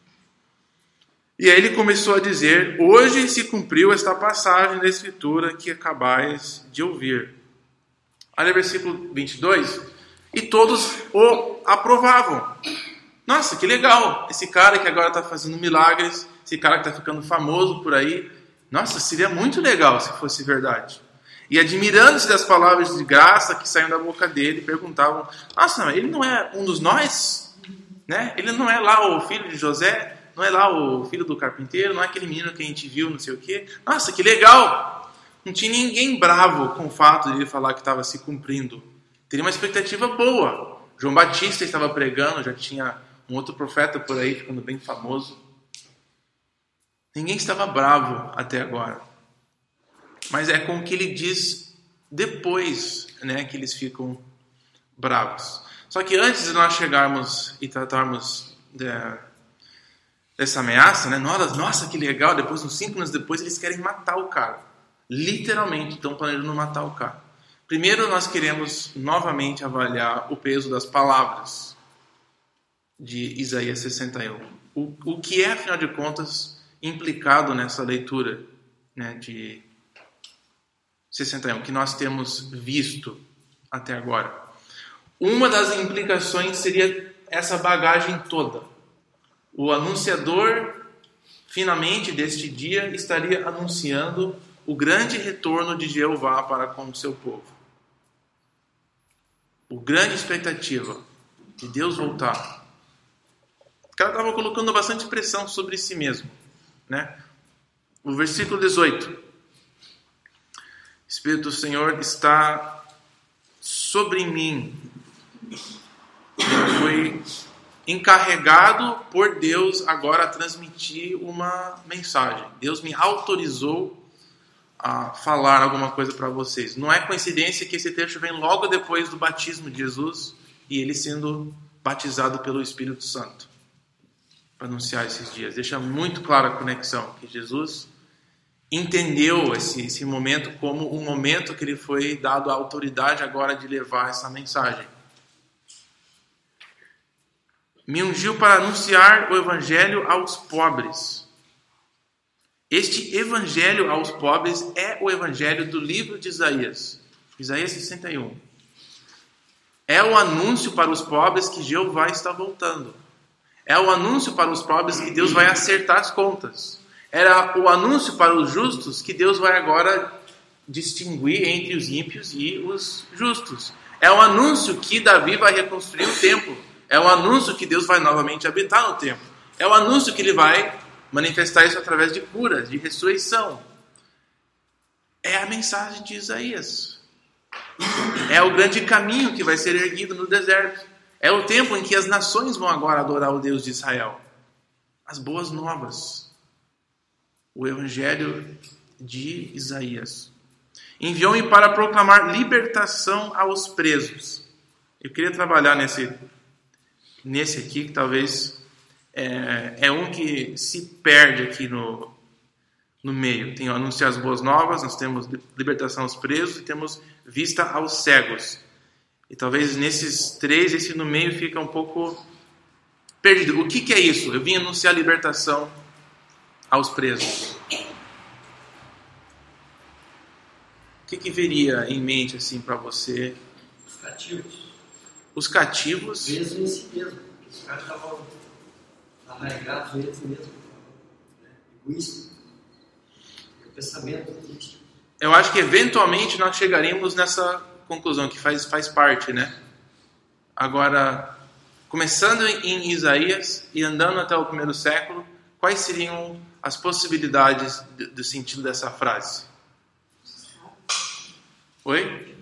E aí ele começou a dizer: hoje se cumpriu esta passagem da Escritura que acabais de ouvir. Olha o versículo 22. E todos o aprovavam. Nossa, que legal. Esse cara que agora está fazendo milagres, esse cara que está ficando famoso por aí. Nossa, seria muito legal se fosse verdade. E admirando-se das palavras de graça que saíam da boca dele, perguntavam: nossa, ele não é um dos nós? Né? Ele não é lá o filho de José? Não é lá o filho do carpinteiro? Não é aquele menino que a gente viu, não sei o quê? Nossa, que legal! Não tinha ninguém bravo com o fato de ele falar que estava se cumprindo. Teria uma expectativa boa. João Batista estava pregando, já tinha um outro profeta por aí ficando bem famoso. Ninguém estava bravo até agora. Mas é com o que ele diz depois, né, que eles ficam bravos. Só que antes de nós chegarmos e tratarmos dessa ameaça, né, nossa, que legal, depois, uns 5 anos depois, eles querem matar o cara. Literalmente, estão planejando matar o cara. Primeiro, nós queremos novamente avaliar o peso das palavras de Isaías 61. O que é, afinal de contas, implicado nessa leitura, né, de 61, que nós temos visto até agora. Uma das implicações seria essa bagagem toda. O anunciador, finalmente, deste dia, estaria anunciando o grande retorno de Jeová para com o seu povo. A grande expectativa de Deus voltar. O cara estava colocando bastante pressão sobre si mesmo, né? O versículo 18. O Espírito do Senhor está sobre mim. Eu fui encarregado por Deus agora a transmitir uma mensagem. Deus me autorizou a falar alguma coisa para vocês. Não é coincidência que esse trecho vem logo depois do batismo de Jesus e ele sendo batizado pelo Espírito Santo para anunciar esses dias. Deixa muito clara a conexão, que Jesus entendeu esse momento como um momento que ele foi dado a autoridade agora de levar essa mensagem. Me ungiu para anunciar o evangelho aos pobres. Este evangelho aos pobres é o evangelho do livro de Isaías. Isaías 61. É o anúncio para os pobres que Jeová está voltando. É o anúncio para os pobres que Deus vai acertar as contas. Era o anúncio para os justos que Deus vai agora distinguir entre os ímpios e os justos. É um anúncio que Davi vai reconstruir o templo. É um anúncio que Deus vai novamente habitar no templo. É um anúncio que ele vai manifestar isso através de curas, de ressurreição. É a mensagem de Isaías. É o grande caminho que vai ser erguido no deserto. É o tempo em que as nações vão agora adorar o Deus de Israel. As boas novas. O Evangelho de Isaías. Enviou-me para proclamar libertação aos presos. Eu queria trabalhar nesse aqui, que talvez é um que se perde aqui no meio. Tem anunciar as boas novas, nós temos libertação aos presos e temos vista aos cegos. E talvez nesses três, esse no meio fica um pouco perdido. O que é isso? Eu vim anunciar libertação aos presos. O que viria em mente assim para você? Os cativos. Os cativos. Presos em si mesmo. Os caras estavam arraigados neles mesmo. Egoístas. O pensamento político. Eu acho que eventualmente nós chegaremos nessa conclusão que faz parte, né? Agora, começando em Isaías e andando até o 1º século, quais seriam as possibilidades do sentido dessa frase? Oi?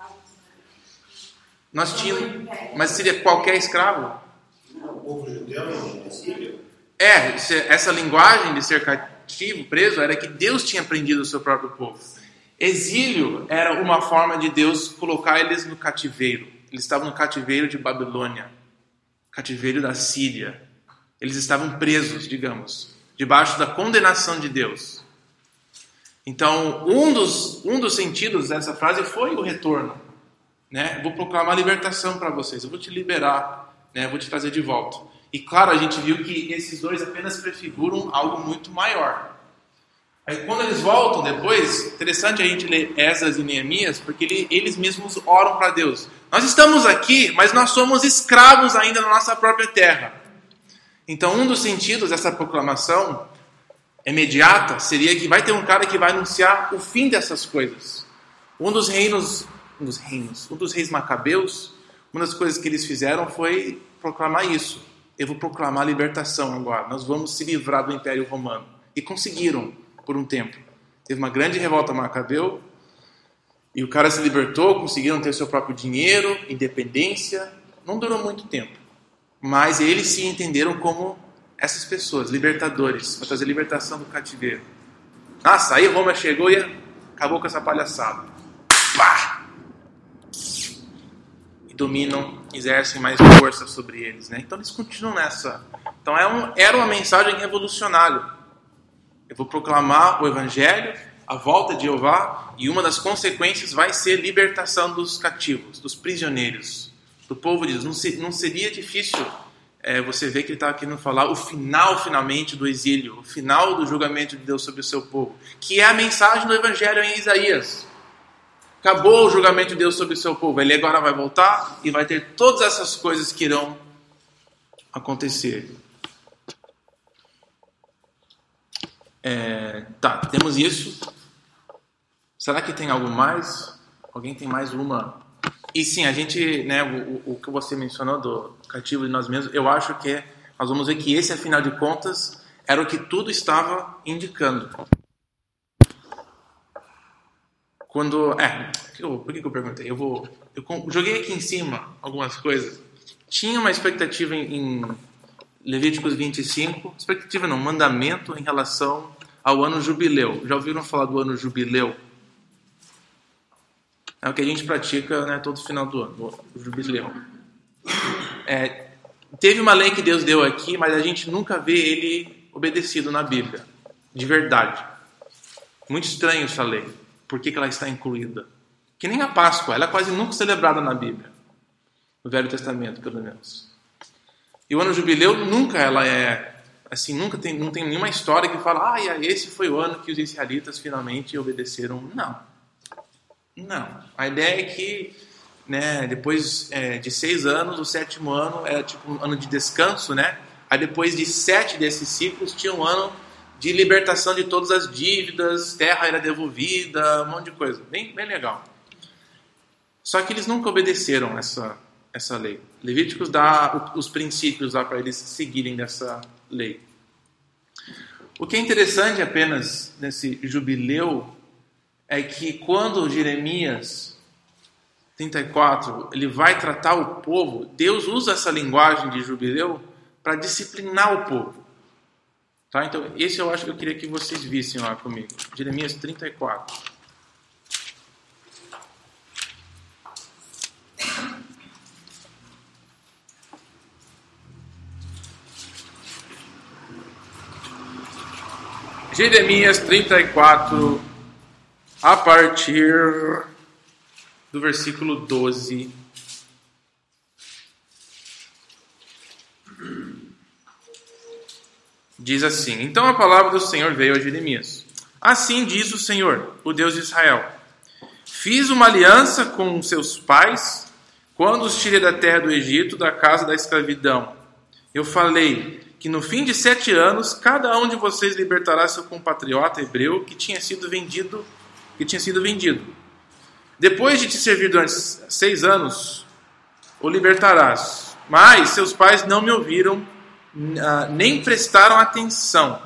Nós tínhamos, mas seria qualquer escravo? O povo judeu em exílio. Essa linguagem de ser cativo, preso, era que Deus tinha prendido o seu próprio povo. Exílio era uma forma de Deus colocar eles no cativeiro. Eles estavam no cativeiro de Babilônia, cativeiro da Síria. Eles estavam presos, digamos, debaixo da condenação de Deus. Então, um dos sentidos dessa frase foi o retorno. Né? Eu vou proclamar libertação para vocês, eu vou te liberar, né? Eu vou te trazer de volta. E claro, a gente viu que esses dois apenas prefiguram algo muito maior. Aí quando eles voltam depois, interessante a gente ler Esdras e Neemias, porque eles mesmos oram para Deus. Nós estamos aqui, mas nós somos escravos ainda na nossa própria terra. Então um dos sentidos dessa proclamação imediata seria que vai ter um cara que vai anunciar o fim dessas coisas. Um dos reis macabeus, uma das coisas que eles fizeram foi proclamar isso. Eu vou proclamar a libertação agora. Nós vamos se livrar do Império Romano. E conseguiram por um tempo. Teve uma grande revolta macabeu e o cara se libertou, conseguiram ter seu próprio dinheiro, independência. Não durou muito tempo. Mas eles se entenderam como essas pessoas, libertadores, para trazer libertação do cativeiro. Nossa, aí Roma chegou e acabou com essa palhaçada. Pá! E dominam, exercem mais força sobre eles, né? Então eles continuam nessa. Então era uma mensagem revolucionária. Eu vou proclamar o Evangelho, a volta de Jeová, e uma das consequências vai ser libertação dos cativos, dos prisioneiros, do povo de Deus. Não seria difícil você ver que ele está querendo falar o final, finalmente, do exílio, o final do julgamento de Deus sobre o seu povo, que é a mensagem do Evangelho em Isaías. Acabou o julgamento de Deus sobre o seu povo. Ele agora vai voltar e vai ter todas essas coisas que irão acontecer. Temos isso. Será que tem algo mais? Alguém tem mais uma? E sim, a gente, né, o que você mencionou do cativo de nós mesmos, eu acho que nós vamos ver que esse, afinal de contas, era o que tudo estava indicando. Quando... por que eu perguntei? Eu joguei aqui em cima algumas coisas. Tinha uma expectativa em Levíticos 25, expectativa não, mandamento em relação ao ano jubileu. Já ouviram falar do ano jubileu? É o que a gente pratica, né, todo final do ano, o jubileu. Teve uma lei que Deus deu aqui, mas a gente nunca vê ele obedecido na Bíblia, de verdade. Muito estranho essa lei. Por que ela está incluída? Que nem a Páscoa, ela é quase nunca celebrada na Bíblia, no Velho Testamento, pelo menos. E o ano jubileu nunca ela assim, não tem nenhuma história que fala, esse foi o ano que os israelitas finalmente obedeceram. Não. A ideia é que, né, depois de 6 anos, o 7º ano era tipo um ano de descanso, né? Aí depois de 7 desses ciclos tinha um ano de libertação de todas as dívidas, terra era devolvida, um monte de coisa. Bem legal. Só que eles nunca obedeceram essa lei. Levíticos dá os princípios lá para eles seguirem dessa lei. O que é interessante apenas nesse jubileu é que quando Jeremias 34, ele vai tratar o povo, Deus usa essa linguagem de jubileu para disciplinar o povo. Tá? Então, esse eu acho que eu queria que vocês vissem lá comigo. Jeremias 34. Jeremias 34, a partir do versículo 12. Diz assim: Então a palavra do Senhor veio a Jeremias. Assim diz o Senhor, o Deus de Israel: Fiz uma aliança com seus pais quando os tirei da terra do Egito, da casa da escravidão. Eu falei que no fim de 7 anos, cada um de vocês libertará seu compatriota hebreu que tinha sido vendido. Depois de te servir durante 6 anos, o libertarás. Mas seus pais não me ouviram, nem prestaram atenção.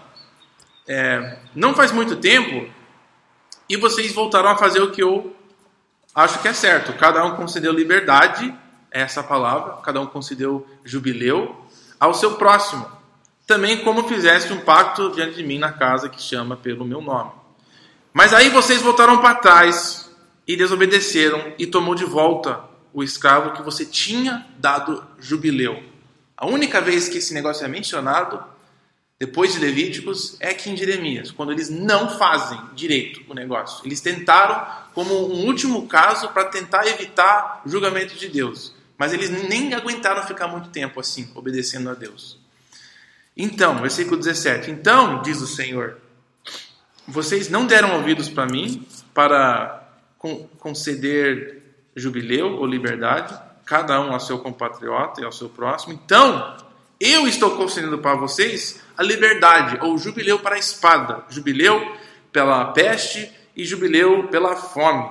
Não faz muito tempo, e vocês voltaram a fazer o que eu acho que é certo. Cada um concedeu liberdade, essa palavra, cada um concedeu jubileu ao seu próximo. Também como fizeste um pacto diante de mim na casa que chama pelo meu nome. Mas aí vocês voltaram para trás e desobedeceram e tomou de volta o escravo que você tinha dado jubileu. A única vez que esse negócio é mencionado, depois de Levíticos, é aqui em Jeremias, quando eles não fazem direito o negócio. Eles tentaram, como um último caso, para tentar evitar o julgamento de Deus. Mas eles nem aguentaram ficar muito tempo assim, obedecendo a Deus. Então, versículo 17. Então, diz o Senhor, vocês não deram ouvidos para mim para conceder jubileu ou liberdade, cada um ao seu compatriota e ao seu próximo. Então, eu estou concedendo para vocês a liberdade, ou jubileu para a espada, jubileu pela peste e jubileu pela fome.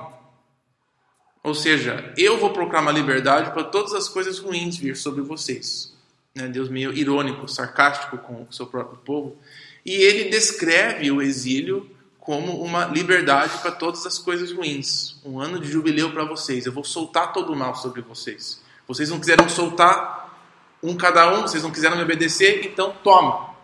Ou seja, eu vou proclamar liberdade para todas as coisas ruins vir sobre vocês. Deus meio irônico, sarcástico com o seu próprio povo. E ele descreve o exílio como uma liberdade para todas as coisas ruins. Um ano de jubileu para vocês. Eu vou soltar todo o mal sobre vocês. Vocês não quiseram soltar um cada um, vocês não quiseram me obedecer, então toma.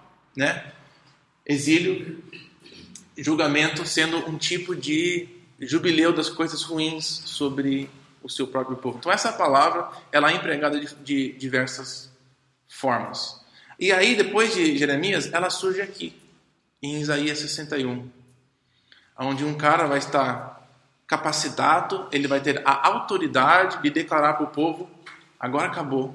Exílio, julgamento sendo um tipo de jubileu das coisas ruins sobre o seu próprio povo. Então essa palavra ela é empregada de diversas formas. E aí, depois de Jeremias, ela surge aqui, em Isaías 61, onde um cara vai estar capacitado, ele vai ter a autoridade de declarar para o povo: agora acabou.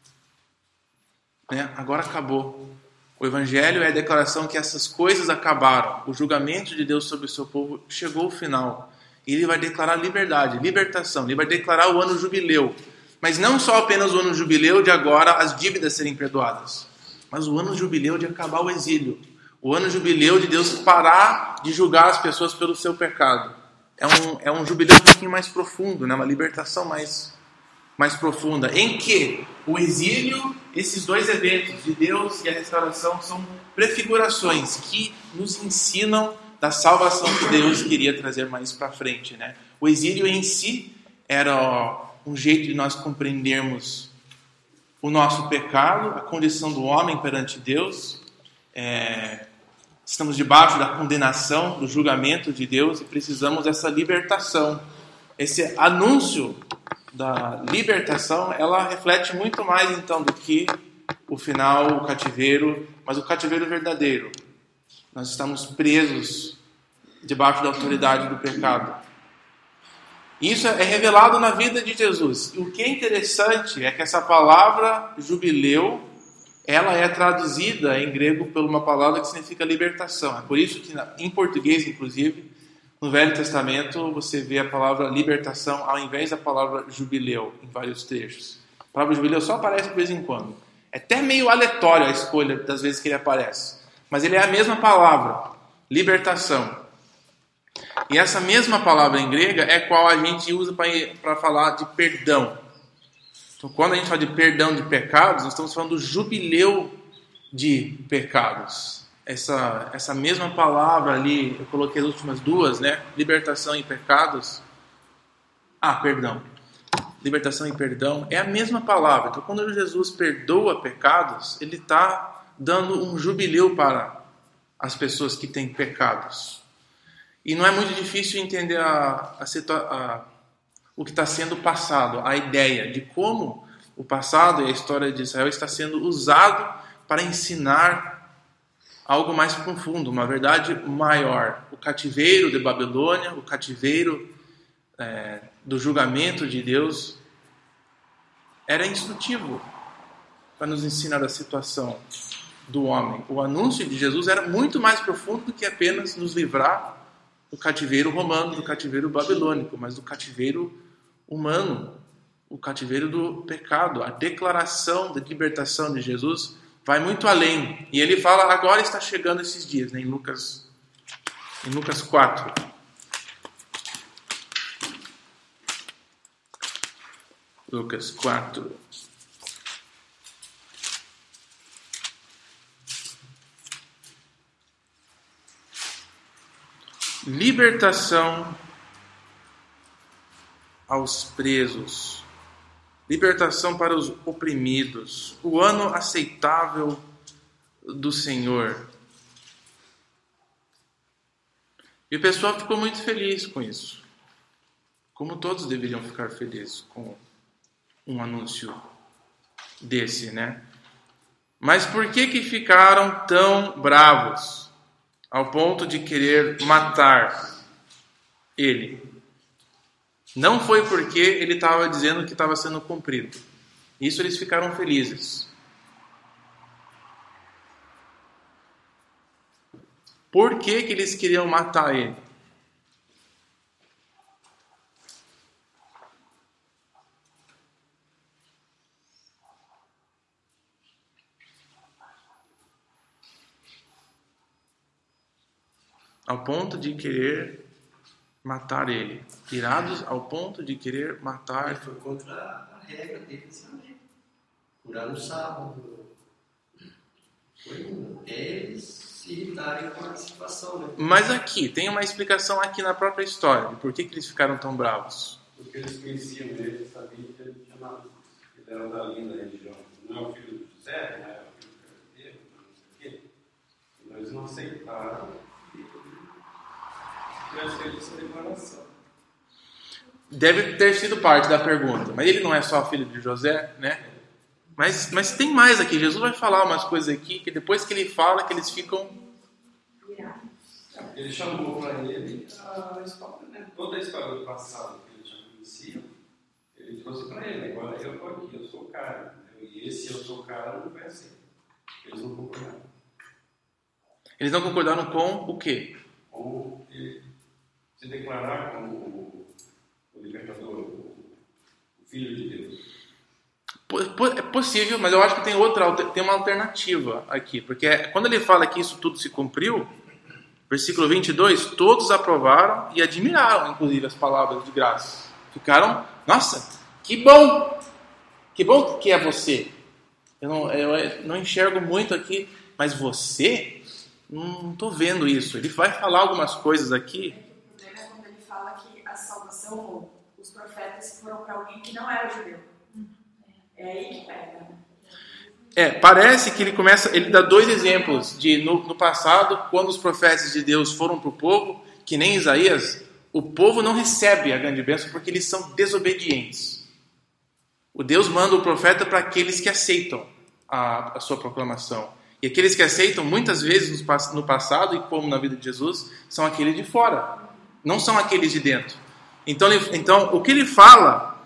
Agora acabou. O Evangelho é a declaração que essas coisas acabaram. O julgamento de Deus sobre o seu povo chegou ao final. E ele vai declarar liberdade, libertação. Ele vai declarar o ano jubileu. Mas não só apenas o ano jubileu de agora as dívidas serem perdoadas, mas o ano jubileu de acabar o exílio. O ano jubileu de Deus parar de julgar as pessoas pelo seu pecado. É um jubileu um pouquinho mais profundo, uma libertação mais profunda, em que o exílio, esses dois eventos de Deus e a restauração são prefigurações que nos ensinam da salvação que Deus queria trazer mais para frente. O exílio em si era um jeito de nós compreendermos o nosso pecado, a condição do homem perante Deus. Estamos debaixo da condenação, do julgamento de Deus e precisamos dessa libertação. Esse anúncio da libertação, ela reflete muito mais então do que o final, o cativeiro, mas o cativeiro verdadeiro. Nós estamos presos debaixo da autoridade do pecado. Isso é revelado na vida de Jesus. E o que é interessante é que essa palavra jubileu, ela é traduzida em grego por uma palavra que significa libertação. É por isso que em português, inclusive, no Velho Testamento, você vê a palavra libertação ao invés da palavra jubileu em vários trechos. A palavra jubileu só aparece de vez em quando. É até meio aleatório a escolha das vezes que ele aparece. mas ele é a mesma palavra, libertação. E essa mesma palavra em grega é qual a gente usa para falar de perdão. Então, quando a gente fala de perdão de pecados, nós estamos falando do jubileu de pecados. Essa mesma palavra ali, eu coloquei as últimas duas, né? Libertação e pecados. Perdão. Libertação e perdão é a mesma palavra. Então, quando Jesus perdoa pecados, ele está dando um jubileu para as pessoas que têm pecados. E não é muito difícil entender o que está sendo passado, a ideia de como o passado e a história de Israel está sendo usado para ensinar algo mais profundo, uma verdade maior. O cativeiro de Babilônia, o cativeiro do julgamento de Deus era instrutivo para nos ensinar a situação do homem. O anúncio de Jesus era muito mais profundo do que apenas nos livrar do cativeiro romano, do cativeiro babilônico, mas do cativeiro humano, o cativeiro do pecado. A declaração de libertação de Jesus vai muito além. E ele fala, agora está chegando esses dias, né, em Lucas 4. Lucas 4. Libertação aos presos. Libertação para os oprimidos. O ano aceitável do Senhor. E o pessoal ficou muito feliz com isso. Como todos deveriam ficar felizes com um anúncio desse, né? Mas por que ficaram tão bravos ao ponto de querer matar ele? Não foi porque ele estava dizendo que estava sendo cumprido. Isso eles ficaram felizes. Por que eles queriam matar ele? Ao ponto de querer matar ele. Irados ao ponto de querer matar. Foi contra a regra deles também. Curar no sábado. Foi eles se irritarem com a situação, né? Mas aqui, tem uma explicação aqui na própria história de por que eles ficaram tão bravos. Porque eles conheciam ele, sabiam que ele tinha nada. Ele era dali da região. Não é o filho de José, não é o filho do carpinteiro, não sei o quê. Então eles não aceitaram. Essa declaração. Deve ter sido parte da pergunta. Mas ele não é só filho de José, né? Mas tem mais aqui. Jesus vai falar umas coisas aqui que depois que ele fala, que eles ficam... Ele chamou para ele a história, né? Toda a história do passado que ele já conhecia, ele trouxe para ele. Agora eu estou aqui, eu sou o cara. E esse eu sou o cara não vai ser. Eles não concordaram. Eles não concordaram com o quê? Com ele se declarar como o libertador, o Filho de Deus. É possível, mas eu acho que tem uma alternativa aqui. Porque quando ele fala que isso tudo se cumpriu, versículo 22, todos aprovaram e admiraram, inclusive, as palavras de graça. Ficaram, nossa, que bom que é você. Eu não enxergo muito aqui, mas você, não estou vendo isso. Ele vai falar algumas coisas aqui. O problema é quando ele fala que a salvação, ou os profetas foram para alguém que não era judeu. É aí que pega, né? Parece que ele dá dois exemplos de no passado, quando os profetas de Deus foram para o povo, que nem Isaías, o povo não recebe a grande bênção porque eles são desobedientes. O Deus manda o profeta para aqueles que aceitam a sua proclamação. E aqueles que aceitam, muitas vezes no passado, e como na vida de Jesus, são aqueles de fora, não são aqueles de dentro. Então o que ele fala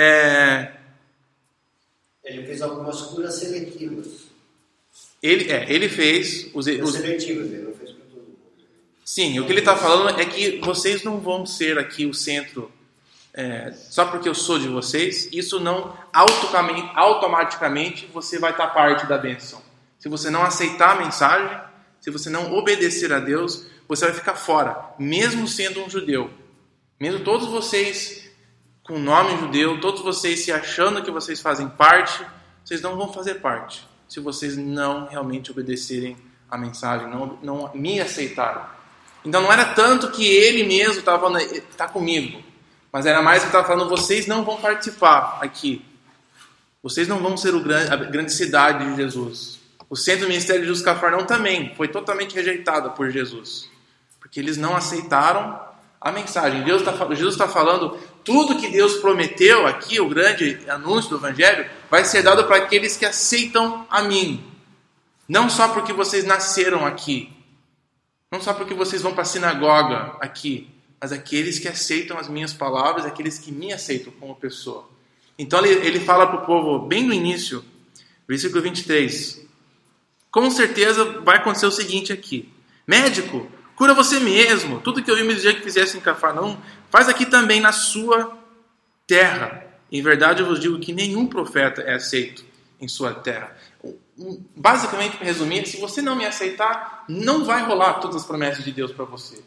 Ele fez algumas curas seletivas. Ele fez Seletivas, ele não fez para todo mundo. Sim, o que ele está falando é que vocês não vão ser aqui o centro só porque eu sou de vocês. Isso não automaticamente você vai estar parte da bênção. Se você não aceitar a mensagem, se você não obedecer a Deus, você vai ficar fora, mesmo sendo um judeu. Mesmo todos vocês com nome judeu, todos vocês se achando que vocês fazem parte, vocês não vão fazer parte, se vocês não realmente obedecerem a mensagem, não me aceitarem. Então não era tanto que ele mesmo estava falando, está comigo, mas era mais que estava falando, vocês não vão participar aqui. Vocês não vão ser a grande cidade de Jesus. O centro do ministério de Jesus Cafarnaum também foi totalmente rejeitado por Jesus, porque eles não aceitaram a mensagem. Jesus está falando, tudo que Deus prometeu aqui, o grande anúncio do Evangelho, vai ser dado para aqueles que aceitam a mim. Não só porque vocês nasceram aqui, não só porque vocês vão para a sinagoga aqui, mas aqueles que aceitam as minhas palavras, aqueles que me aceitam como pessoa. Então ele fala para o povo, bem no início, versículo 23, com certeza vai acontecer o seguinte aqui: médico, cura você mesmo, tudo que eu vi me dizer que fizesse em Cafarnaum, faz aqui também na sua terra. Em verdade eu vos digo que nenhum profeta é aceito em sua terra. Basicamente, para resumir, se você não me aceitar, não vai rolar todas as promessas de Deus para você.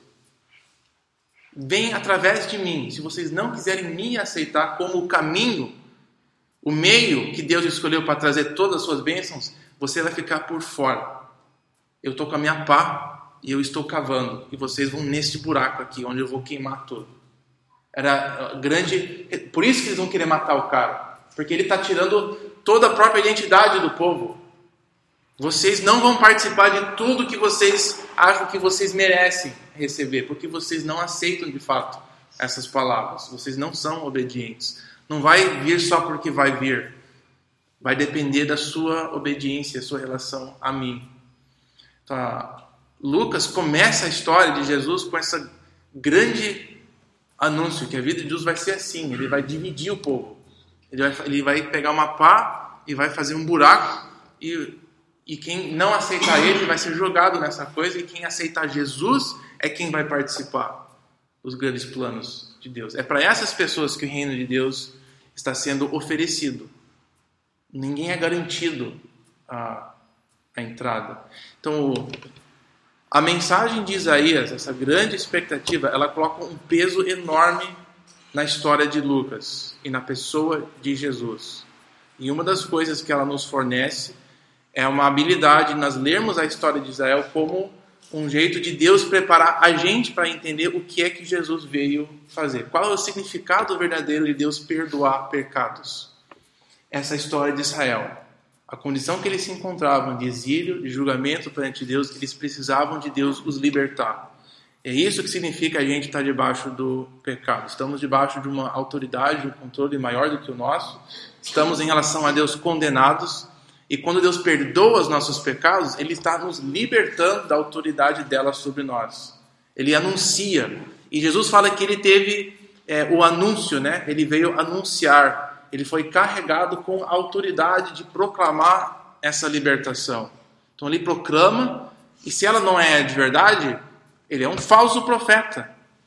Vem através de mim. Se vocês não quiserem me aceitar como o caminho, o meio que Deus escolheu para trazer todas as suas bênçãos, você vai ficar por fora. Eu estou com a minha pá e eu estou cavando. E vocês vão neste buraco aqui, onde eu vou queimar tudo. Era grande. Por isso que eles vão querer matar o cara. Porque ele está tirando toda a própria identidade do povo. Vocês não vão participar de tudo que vocês acham que vocês merecem receber, porque vocês não aceitam de fato essas palavras. Vocês não são obedientes. Não vai vir só porque vai vir. Vai depender da sua obediência, da sua relação a mim. Então, Lucas começa a história de Jesus com essa grande anúncio, que a vida de Jesus vai ser assim, ele vai dividir o povo. Ele vai pegar uma pá e vai fazer um buraco, e quem não aceitar ele vai ser jogado nessa coisa, e quem aceitar Jesus é quem vai participar dos grandes planos de Deus. É para essas pessoas que o reino de Deus está sendo oferecido. Ninguém é garantido a entrada. Então, a mensagem de Isaías, essa grande expectativa, ela coloca um peso enorme na história de Lucas e na pessoa de Jesus. E uma das coisas que ela nos fornece é uma habilidade de nós lermos a história de Israel como um jeito de Deus preparar a gente para entender o que é que Jesus veio fazer. Qual é o significado verdadeiro de Deus perdoar pecados? Essa história de Israel. A condição que eles se encontravam de exílio, de julgamento perante Deus, eles precisavam de Deus os libertar. É isso que significa a gente estar debaixo do pecado. Estamos debaixo de uma autoridade, de um controle maior do que o nosso. Estamos em relação a Deus condenados. E quando Deus perdoa os nossos pecados, Ele está nos libertando da autoridade dela sobre nós. Ele anuncia. E Jesus fala que Ele teve o anúncio, né? Ele veio anunciar. Ele foi carregado com a autoridade de proclamar essa libertação. Então Ele proclama, e se ela não é de verdade, Ele é um falso profeta.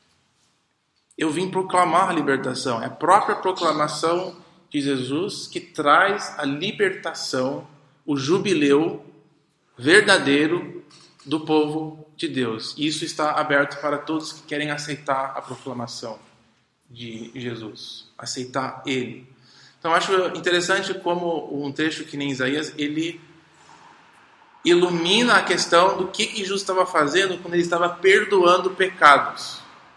Eu vim proclamar a libertação. É a própria proclamação de Jesus que traz a libertação, o jubileu verdadeiro do povo de Deus. E isso está aberto para todos que querem aceitar a proclamação de Jesus, aceitar Ele. Então, acho interessante como um trecho que nem Isaías, ele ilumina a questão do que Jesus estava fazendo quando ele estava perdoando pecados,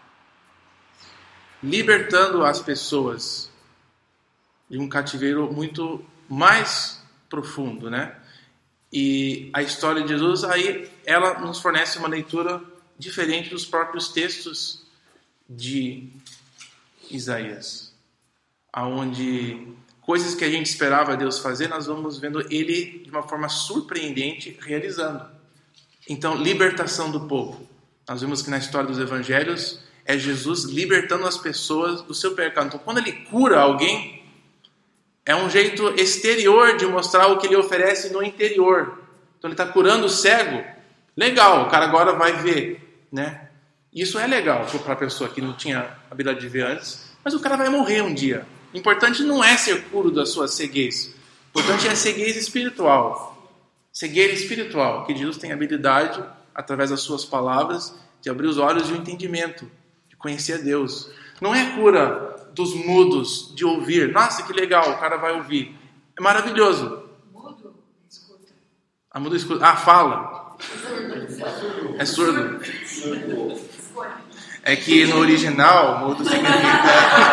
libertando as pessoas de um cativeiro muito mais profundo, né? E a história de Jesus, aí, ela nos fornece uma leitura diferente dos próprios textos de Isaías, aonde coisas que a gente esperava Deus fazer, nós vamos vendo Ele de uma forma surpreendente realizando. Então, libertação do povo. Nós vemos que na história dos evangelhos é Jesus libertando as pessoas do seu pecado. Então, quando Ele cura alguém, é um jeito exterior de mostrar o que Ele oferece no interior. Então, Ele está curando o cego. Legal, o cara agora vai ver, né? Isso é legal para a pessoa que não tinha habilidade de ver antes, mas o cara vai morrer um dia. O importante não é ser curo da sua ceguez. O importante é a ceguez espiritual. Cegueira espiritual, que Jesus tem habilidade através das suas palavras, de abrir os olhos e o entendimento, de conhecer a Deus. Não é cura dos mudos, de ouvir. Nossa, que legal, o cara vai ouvir. É maravilhoso. Mudo, escuta. A mudo escuta. Ah, fala. É surdo. É que no original, mudo significa...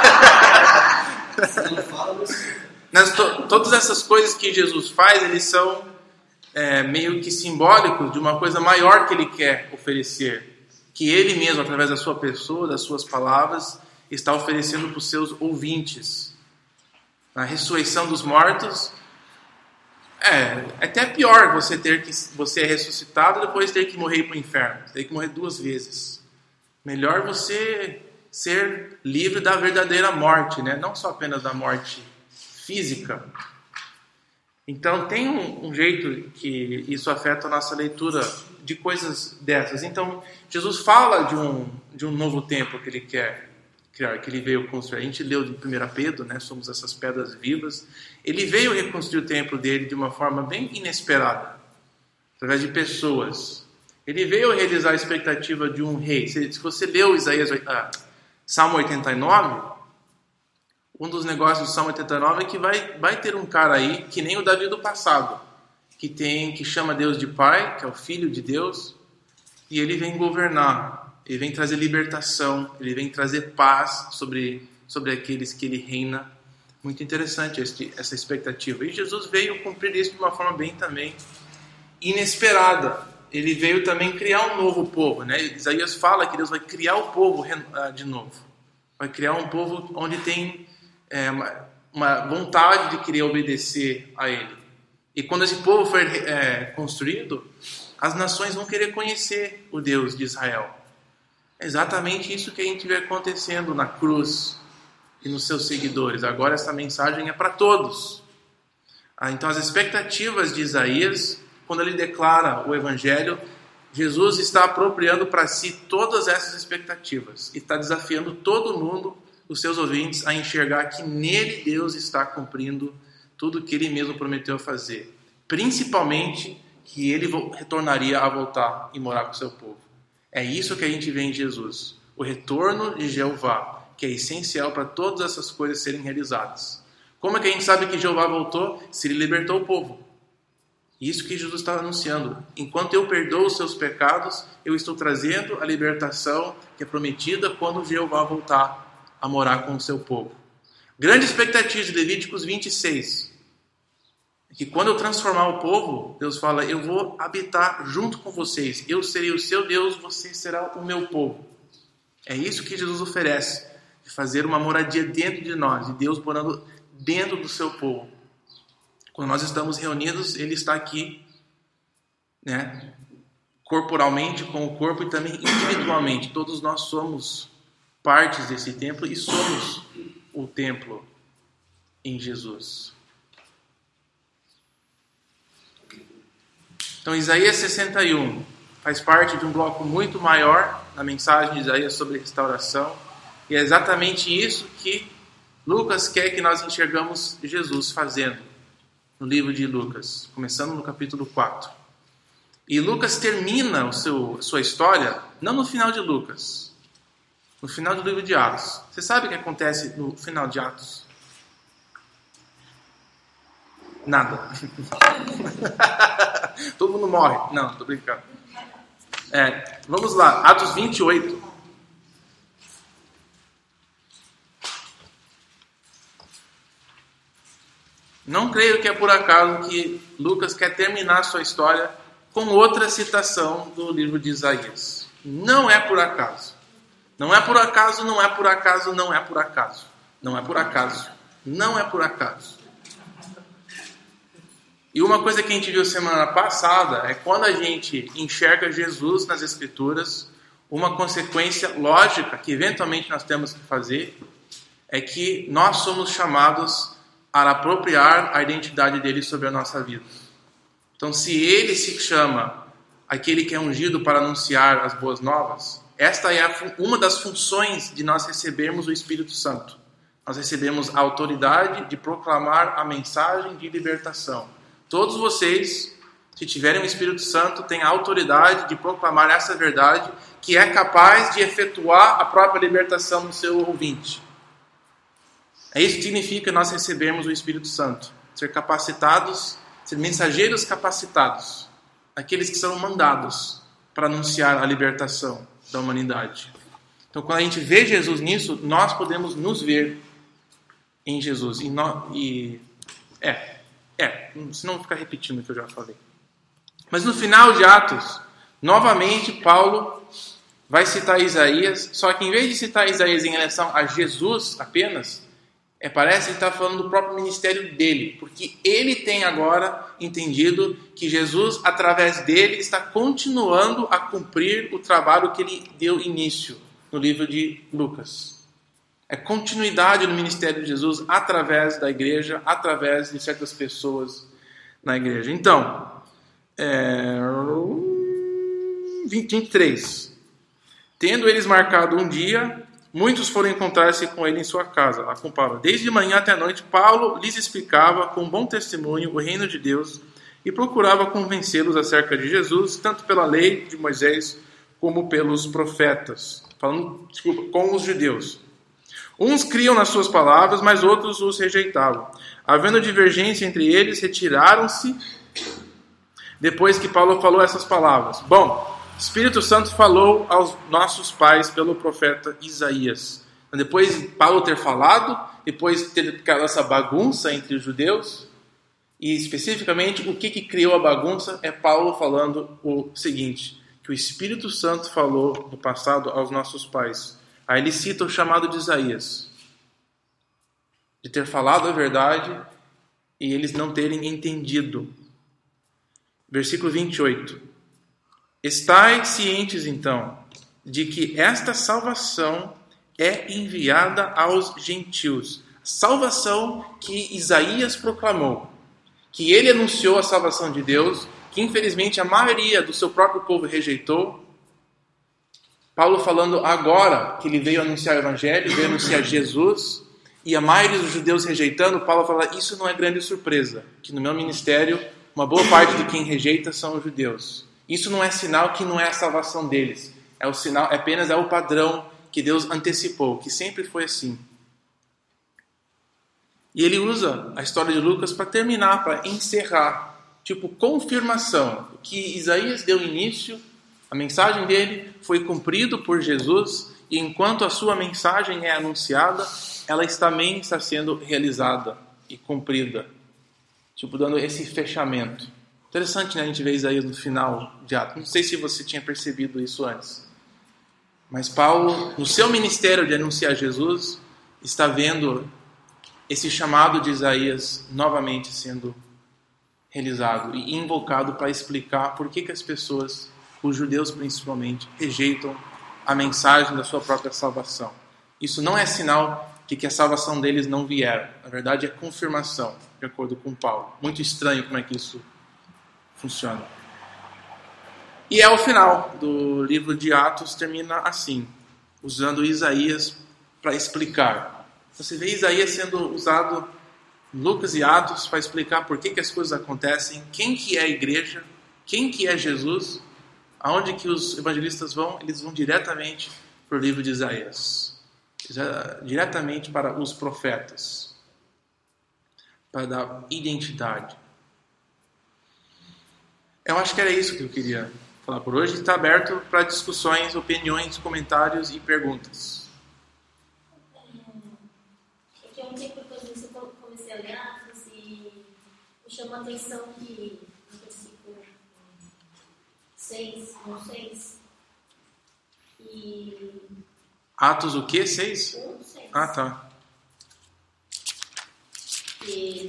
Todas essas coisas que Jesus faz, eles são meio que simbólicos de uma coisa maior que ele quer oferecer. Que ele mesmo, através da sua pessoa, das suas palavras, está oferecendo para os seus ouvintes. Na ressurreição dos mortos, é até pior você é ressuscitado e depois ter que morrer para o inferno. Ter que morrer 2 vezes. Melhor você ser livre da verdadeira morte, né? Não só apenas da morte física. Então tem um jeito que isso afeta a nossa leitura de coisas dessas. Então Jesus fala de um novo templo que ele quer criar, que ele veio construir. A gente leu de 1 Pedro, né? Somos essas pedras vivas. Ele veio reconstruir o templo dele de uma forma bem inesperada, através de pessoas. Ele veio realizar a expectativa de um rei. Se você leu Salmo 89, um dos negócios do Salmo 89 é que vai ter um cara aí, que nem o Davi do passado, que chama Deus de Pai, que é o Filho de Deus, e ele vem governar, ele vem trazer libertação, ele vem trazer paz sobre aqueles que ele reina. Muito interessante essa expectativa. E Jesus veio cumprir isso de uma forma bem também inesperada. Ele veio também criar um novo povo, né? Isaías fala que Deus vai criar o povo de novo. Vai criar um povo onde tem uma vontade de querer obedecer a Ele. E quando esse povo for construído, as nações vão querer conhecer o Deus de Israel. É exatamente isso que a gente vê acontecendo na cruz e nos seus seguidores. Agora essa mensagem é para todos. Então as expectativas de Isaías, quando ele declara o Evangelho, Jesus está apropriando para si todas essas expectativas e está desafiando todo mundo, os seus ouvintes, a enxergar que nele Deus está cumprindo tudo o que ele mesmo prometeu fazer. Principalmente que ele retornaria a voltar e morar com o seu povo. É isso que a gente vê em Jesus. O retorno de Jeová, que é essencial para todas essas coisas serem realizadas. Como é que a gente sabe que Jeová voltou? Se ele libertou o povo. Isso que Jesus está anunciando. Enquanto eu perdoo os seus pecados, eu estou trazendo a libertação que é prometida quando Jeová voltar a morar com o seu povo. Grande expectativa de Levíticos 26. É que quando eu transformar o povo, Deus fala, eu vou habitar junto com vocês. Eu serei o seu Deus, você será o meu povo. É isso que Jesus oferece. De fazer uma moradia dentro de nós. E Deus morando dentro do seu povo. Quando nós estamos reunidos, Ele está aqui, né, corporalmente com o corpo e também individualmente. Todos nós somos partes desse templo e somos o templo em Jesus. Então, Isaías 61 faz parte de um bloco muito maior na mensagem de Isaías sobre restauração. E é exatamente isso que Lucas quer que nós enxergamos Jesus fazendo. No livro de Lucas, começando no capítulo 4. E Lucas termina sua história, não no final de Lucas, no final do livro de Atos. Você sabe o que acontece no final de Atos? Nada. Todo mundo morre. Não, estou brincando. Vamos lá, Atos 28. Não creio que é por acaso que Lucas quer terminar sua história com outra citação do livro de Isaías. Não é por acaso. Não é por acaso, não é por acaso, não é por acaso. Não é por acaso. Não é por acaso. E uma coisa que a gente viu semana passada é quando a gente enxerga Jesus nas Escrituras, uma consequência lógica que eventualmente nós temos que fazer é que nós somos chamados a apropriar a identidade dele sobre a nossa vida. Então, se ele se chama aquele que é ungido para anunciar as boas novas, esta é uma das funções de nós recebermos o Espírito Santo. Nós recebemos a autoridade de proclamar a mensagem de libertação. Todos vocês se tiverem o Espírito Santo, têm a autoridade de proclamar essa verdade, que é capaz de efetuar a própria libertação no seu ouvinte. É isso que significa nós recebermos o Espírito Santo. Ser capacitados, ser mensageiros capacitados. Aqueles que são mandados para anunciar a libertação da humanidade. Então, quando a gente vê Jesus nisso, nós podemos nos ver em Jesus. Senão ficar repetindo o que eu já falei. Mas no final de Atos, novamente Paulo vai citar Isaías, só que em vez de citar Isaías em relação a Jesus apenas, parece que ele está falando do próprio ministério dele, porque ele tem agora entendido que Jesus, através dele, está continuando a cumprir o trabalho que ele deu início no livro de Lucas. É continuidade no ministério de Jesus através da igreja, através de certas pessoas na igreja. Então, 23. Tendo eles marcado um dia, muitos foram encontrar-se com ele em sua casa. Lá com Paulo. Desde manhã até a noite, Paulo lhes explicava com bom testemunho o reino de Deus e procurava convencê-los acerca de Jesus, tanto pela lei de Moisés como pelos profetas. Com os judeus. Uns criam nas suas palavras, mas outros os rejeitavam. Havendo divergência entre eles, retiraram-se depois que Paulo falou essas palavras. Bom, o Espírito Santo falou aos nossos pais pelo profeta Isaías. Depois de Paulo ter falado, depois de ter ficado essa bagunça entre os judeus, e especificamente o que criou a bagunça é Paulo falando o seguinte, que o Espírito Santo falou no passado aos nossos pais. Aí ele cita o chamado de Isaías, de ter falado a verdade e eles não terem entendido. Versículo 28. Estai cientes, então, de que esta salvação é enviada aos gentios. Salvação que Isaías proclamou. Que ele anunciou a salvação de Deus, que infelizmente a maioria do seu próprio povo rejeitou. Paulo falando agora que ele veio anunciar o Evangelho, veio anunciar Jesus, e a maioria dos judeus rejeitando, Paulo fala, isso não é grande surpresa, que no meu ministério, uma boa parte de quem rejeita são os judeus. Isso não é sinal que não é a salvação deles, é o sinal, apenas é o padrão que Deus antecipou, que sempre foi assim. E ele usa a história de Lucas para terminar, para encerrar, tipo confirmação, que Isaías deu início, a mensagem dele foi cumprida por Jesus, e enquanto a sua mensagem é anunciada, ela também está sendo realizada e cumprida. Tipo, dando esse fechamento. Interessante, né? A gente vê Isaías no final de Atos. Não sei se você tinha percebido isso antes. Mas Paulo, no seu ministério de anunciar Jesus, está vendo esse chamado de Isaías novamente sendo realizado e invocado para explicar por que as pessoas, os judeus principalmente, rejeitam a mensagem da sua própria salvação. Isso não é sinal de que a salvação deles não vieram. Na verdade, é confirmação, de acordo com Paulo. Muito estranho como é que isso funciona. E é o final do livro de Atos, termina assim, usando Isaías para explicar. Você vê Isaías sendo usado em Lucas e Atos para explicar por que as coisas acontecem, quem que é a igreja, quem que é Jesus. Aonde que os evangelistas vão? Eles vão diretamente para o livro de Isaías. Diretamente para os profetas. Para dar identidade. Eu acho que era isso que eu queria falar por hoje. Está aberto para discussões, opiniões, comentários e perguntas. É que um tempo depois disso eu comecei a ler Atos e me chamou a atenção que no versículo 6, no 6, e... Atos o quê? 6? 6. Ah, tá. Ele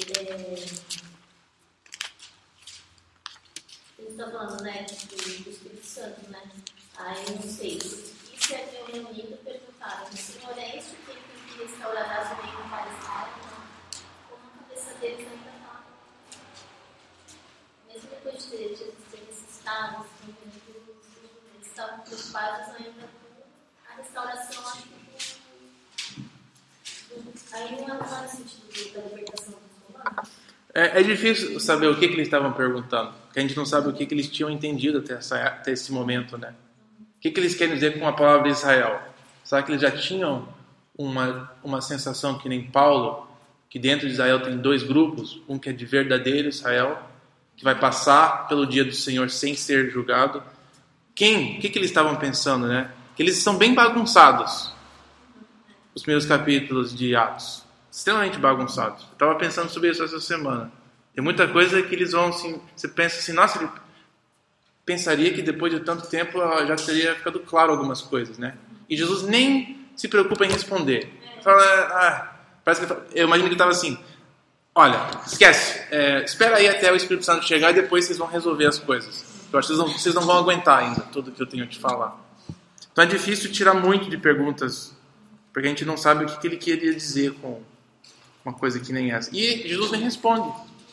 está falando, né, do Espírito Santo, né? Aí no 6. E se haviam reunido, perguntaram: Senhor, é este o tempo em que restaurarás o reino para Israel? Como a cabeça deles ainda está. Mesmo depois de ter ressuscitado, eles estavam preocupados ainda com a restauração, acho que aí não é no sentido da libertação dos romanos. É difícil saber o que eles estavam perguntando, porque a gente não sabe o que eles tinham entendido até esse momento, né? O que eles querem dizer com a palavra Israel? Será que eles já tinham uma sensação que nem Paulo, que dentro de Israel tem 2 grupos, um que é de verdadeiro Israel, que vai passar pelo dia do Senhor sem ser julgado? O que eles estavam pensando, né? Que eles são bem bagunçados, os primeiros capítulos de Atos. Extremamente bagunçados. Eu estava pensando sobre isso essa semana. Tem muita coisa que eles vão assim, você pensa assim, nossa, ele pensaria que depois de tanto tempo já teria ficado claro algumas coisas, né? E Jesus nem se preocupa em responder. Fala, parece que eu imagino que ele estava assim, olha, esquece, espera aí até o Espírito Santo chegar e depois vocês vão resolver as coisas. Eu acho que vocês não vão aguentar ainda tudo que eu tenho a te falar. Então é difícil tirar muito de perguntas, porque a gente não sabe o que ele queria dizer com uma coisa que nem essa. E Jesus nem responde.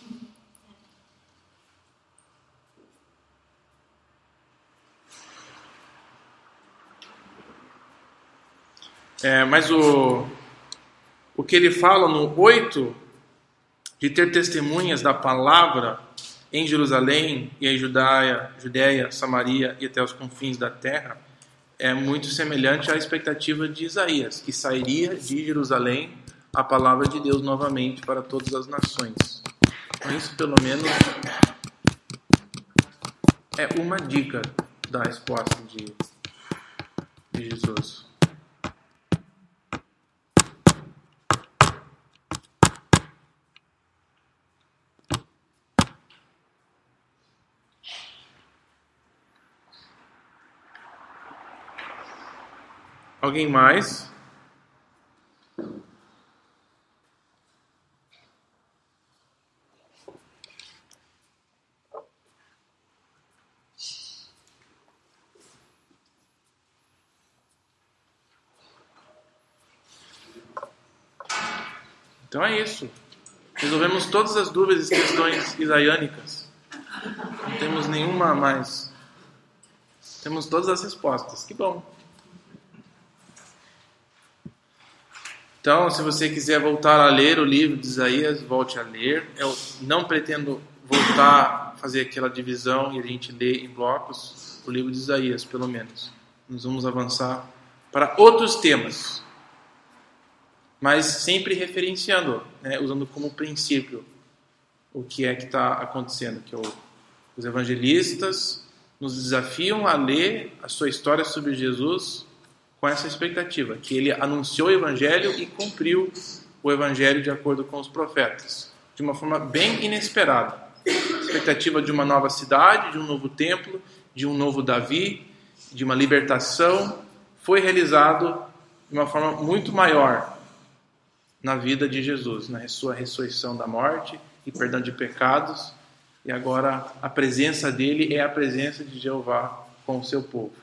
Mas o que ele fala no 8, de ter testemunhas da palavra em Jerusalém e em Judéia, Samaria e até os confins da terra, é muito semelhante à expectativa de Isaías, que sairia de Jerusalém a palavra de Deus novamente para todas as nações. Então isso pelo menos é uma dica da resposta de Jesus. Alguém mais? Então é isso. Resolvemos todas as dúvidas e questões isaiânicas. Não temos nenhuma a mais. Temos todas as respostas. Que bom. Então, se você quiser voltar a ler o livro de Isaías, volte a ler. Eu não pretendo voltar a fazer aquela divisão e a gente ler em blocos o livro de Isaías, pelo menos. Nós vamos avançar para outros temas, mas sempre referenciando, né, usando como princípio o que é que está acontecendo. Que os evangelistas nos desafiam a ler a sua história sobre Jesus com essa expectativa, que ele anunciou o Evangelho e cumpriu o Evangelho de acordo com os profetas, de uma forma bem inesperada. Expectativa de uma nova cidade, de um novo templo, de um novo Davi, de uma libertação, foi realizado de uma forma muito maior na vida de Jesus, na sua ressurreição da morte e perdão de pecados, e agora a presença dele é a presença de Jeová com o seu povo.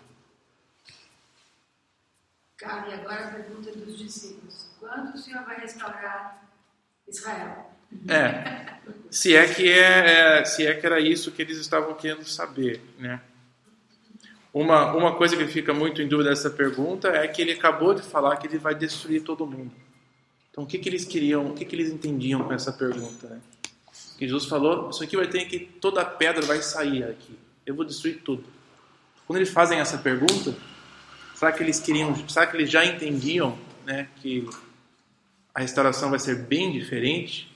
Cabe agora a pergunta dos discípulos: quando o Senhor vai restaurar Israel? Se é que era isso que eles estavam querendo saber, né? Uma coisa que fica muito em dúvida dessa pergunta é que ele acabou de falar que ele vai destruir todo mundo. Então o que eles queriam, o que eles entendiam com essa pergunta, né? Que Jesus falou, isso aqui vai ter que toda pedra vai sair aqui. Eu vou destruir tudo. Quando eles fazem essa pergunta, será que eles já entendiam, né, que a restauração vai ser bem diferente?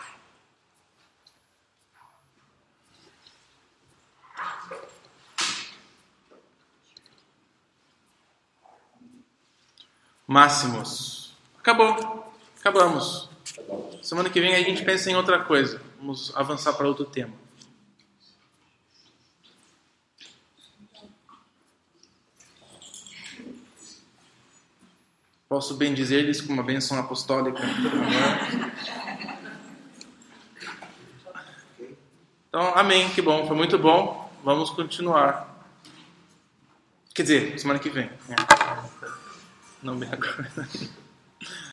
Máximos. Acabamos. Semana que vem a gente pensa em outra coisa. Vamos avançar para outro tema. Posso bem dizer-lhes com uma bênção apostólica. Então, amém, que bom, foi muito bom. Vamos continuar. Quer dizer, semana que vem. Não bem agora.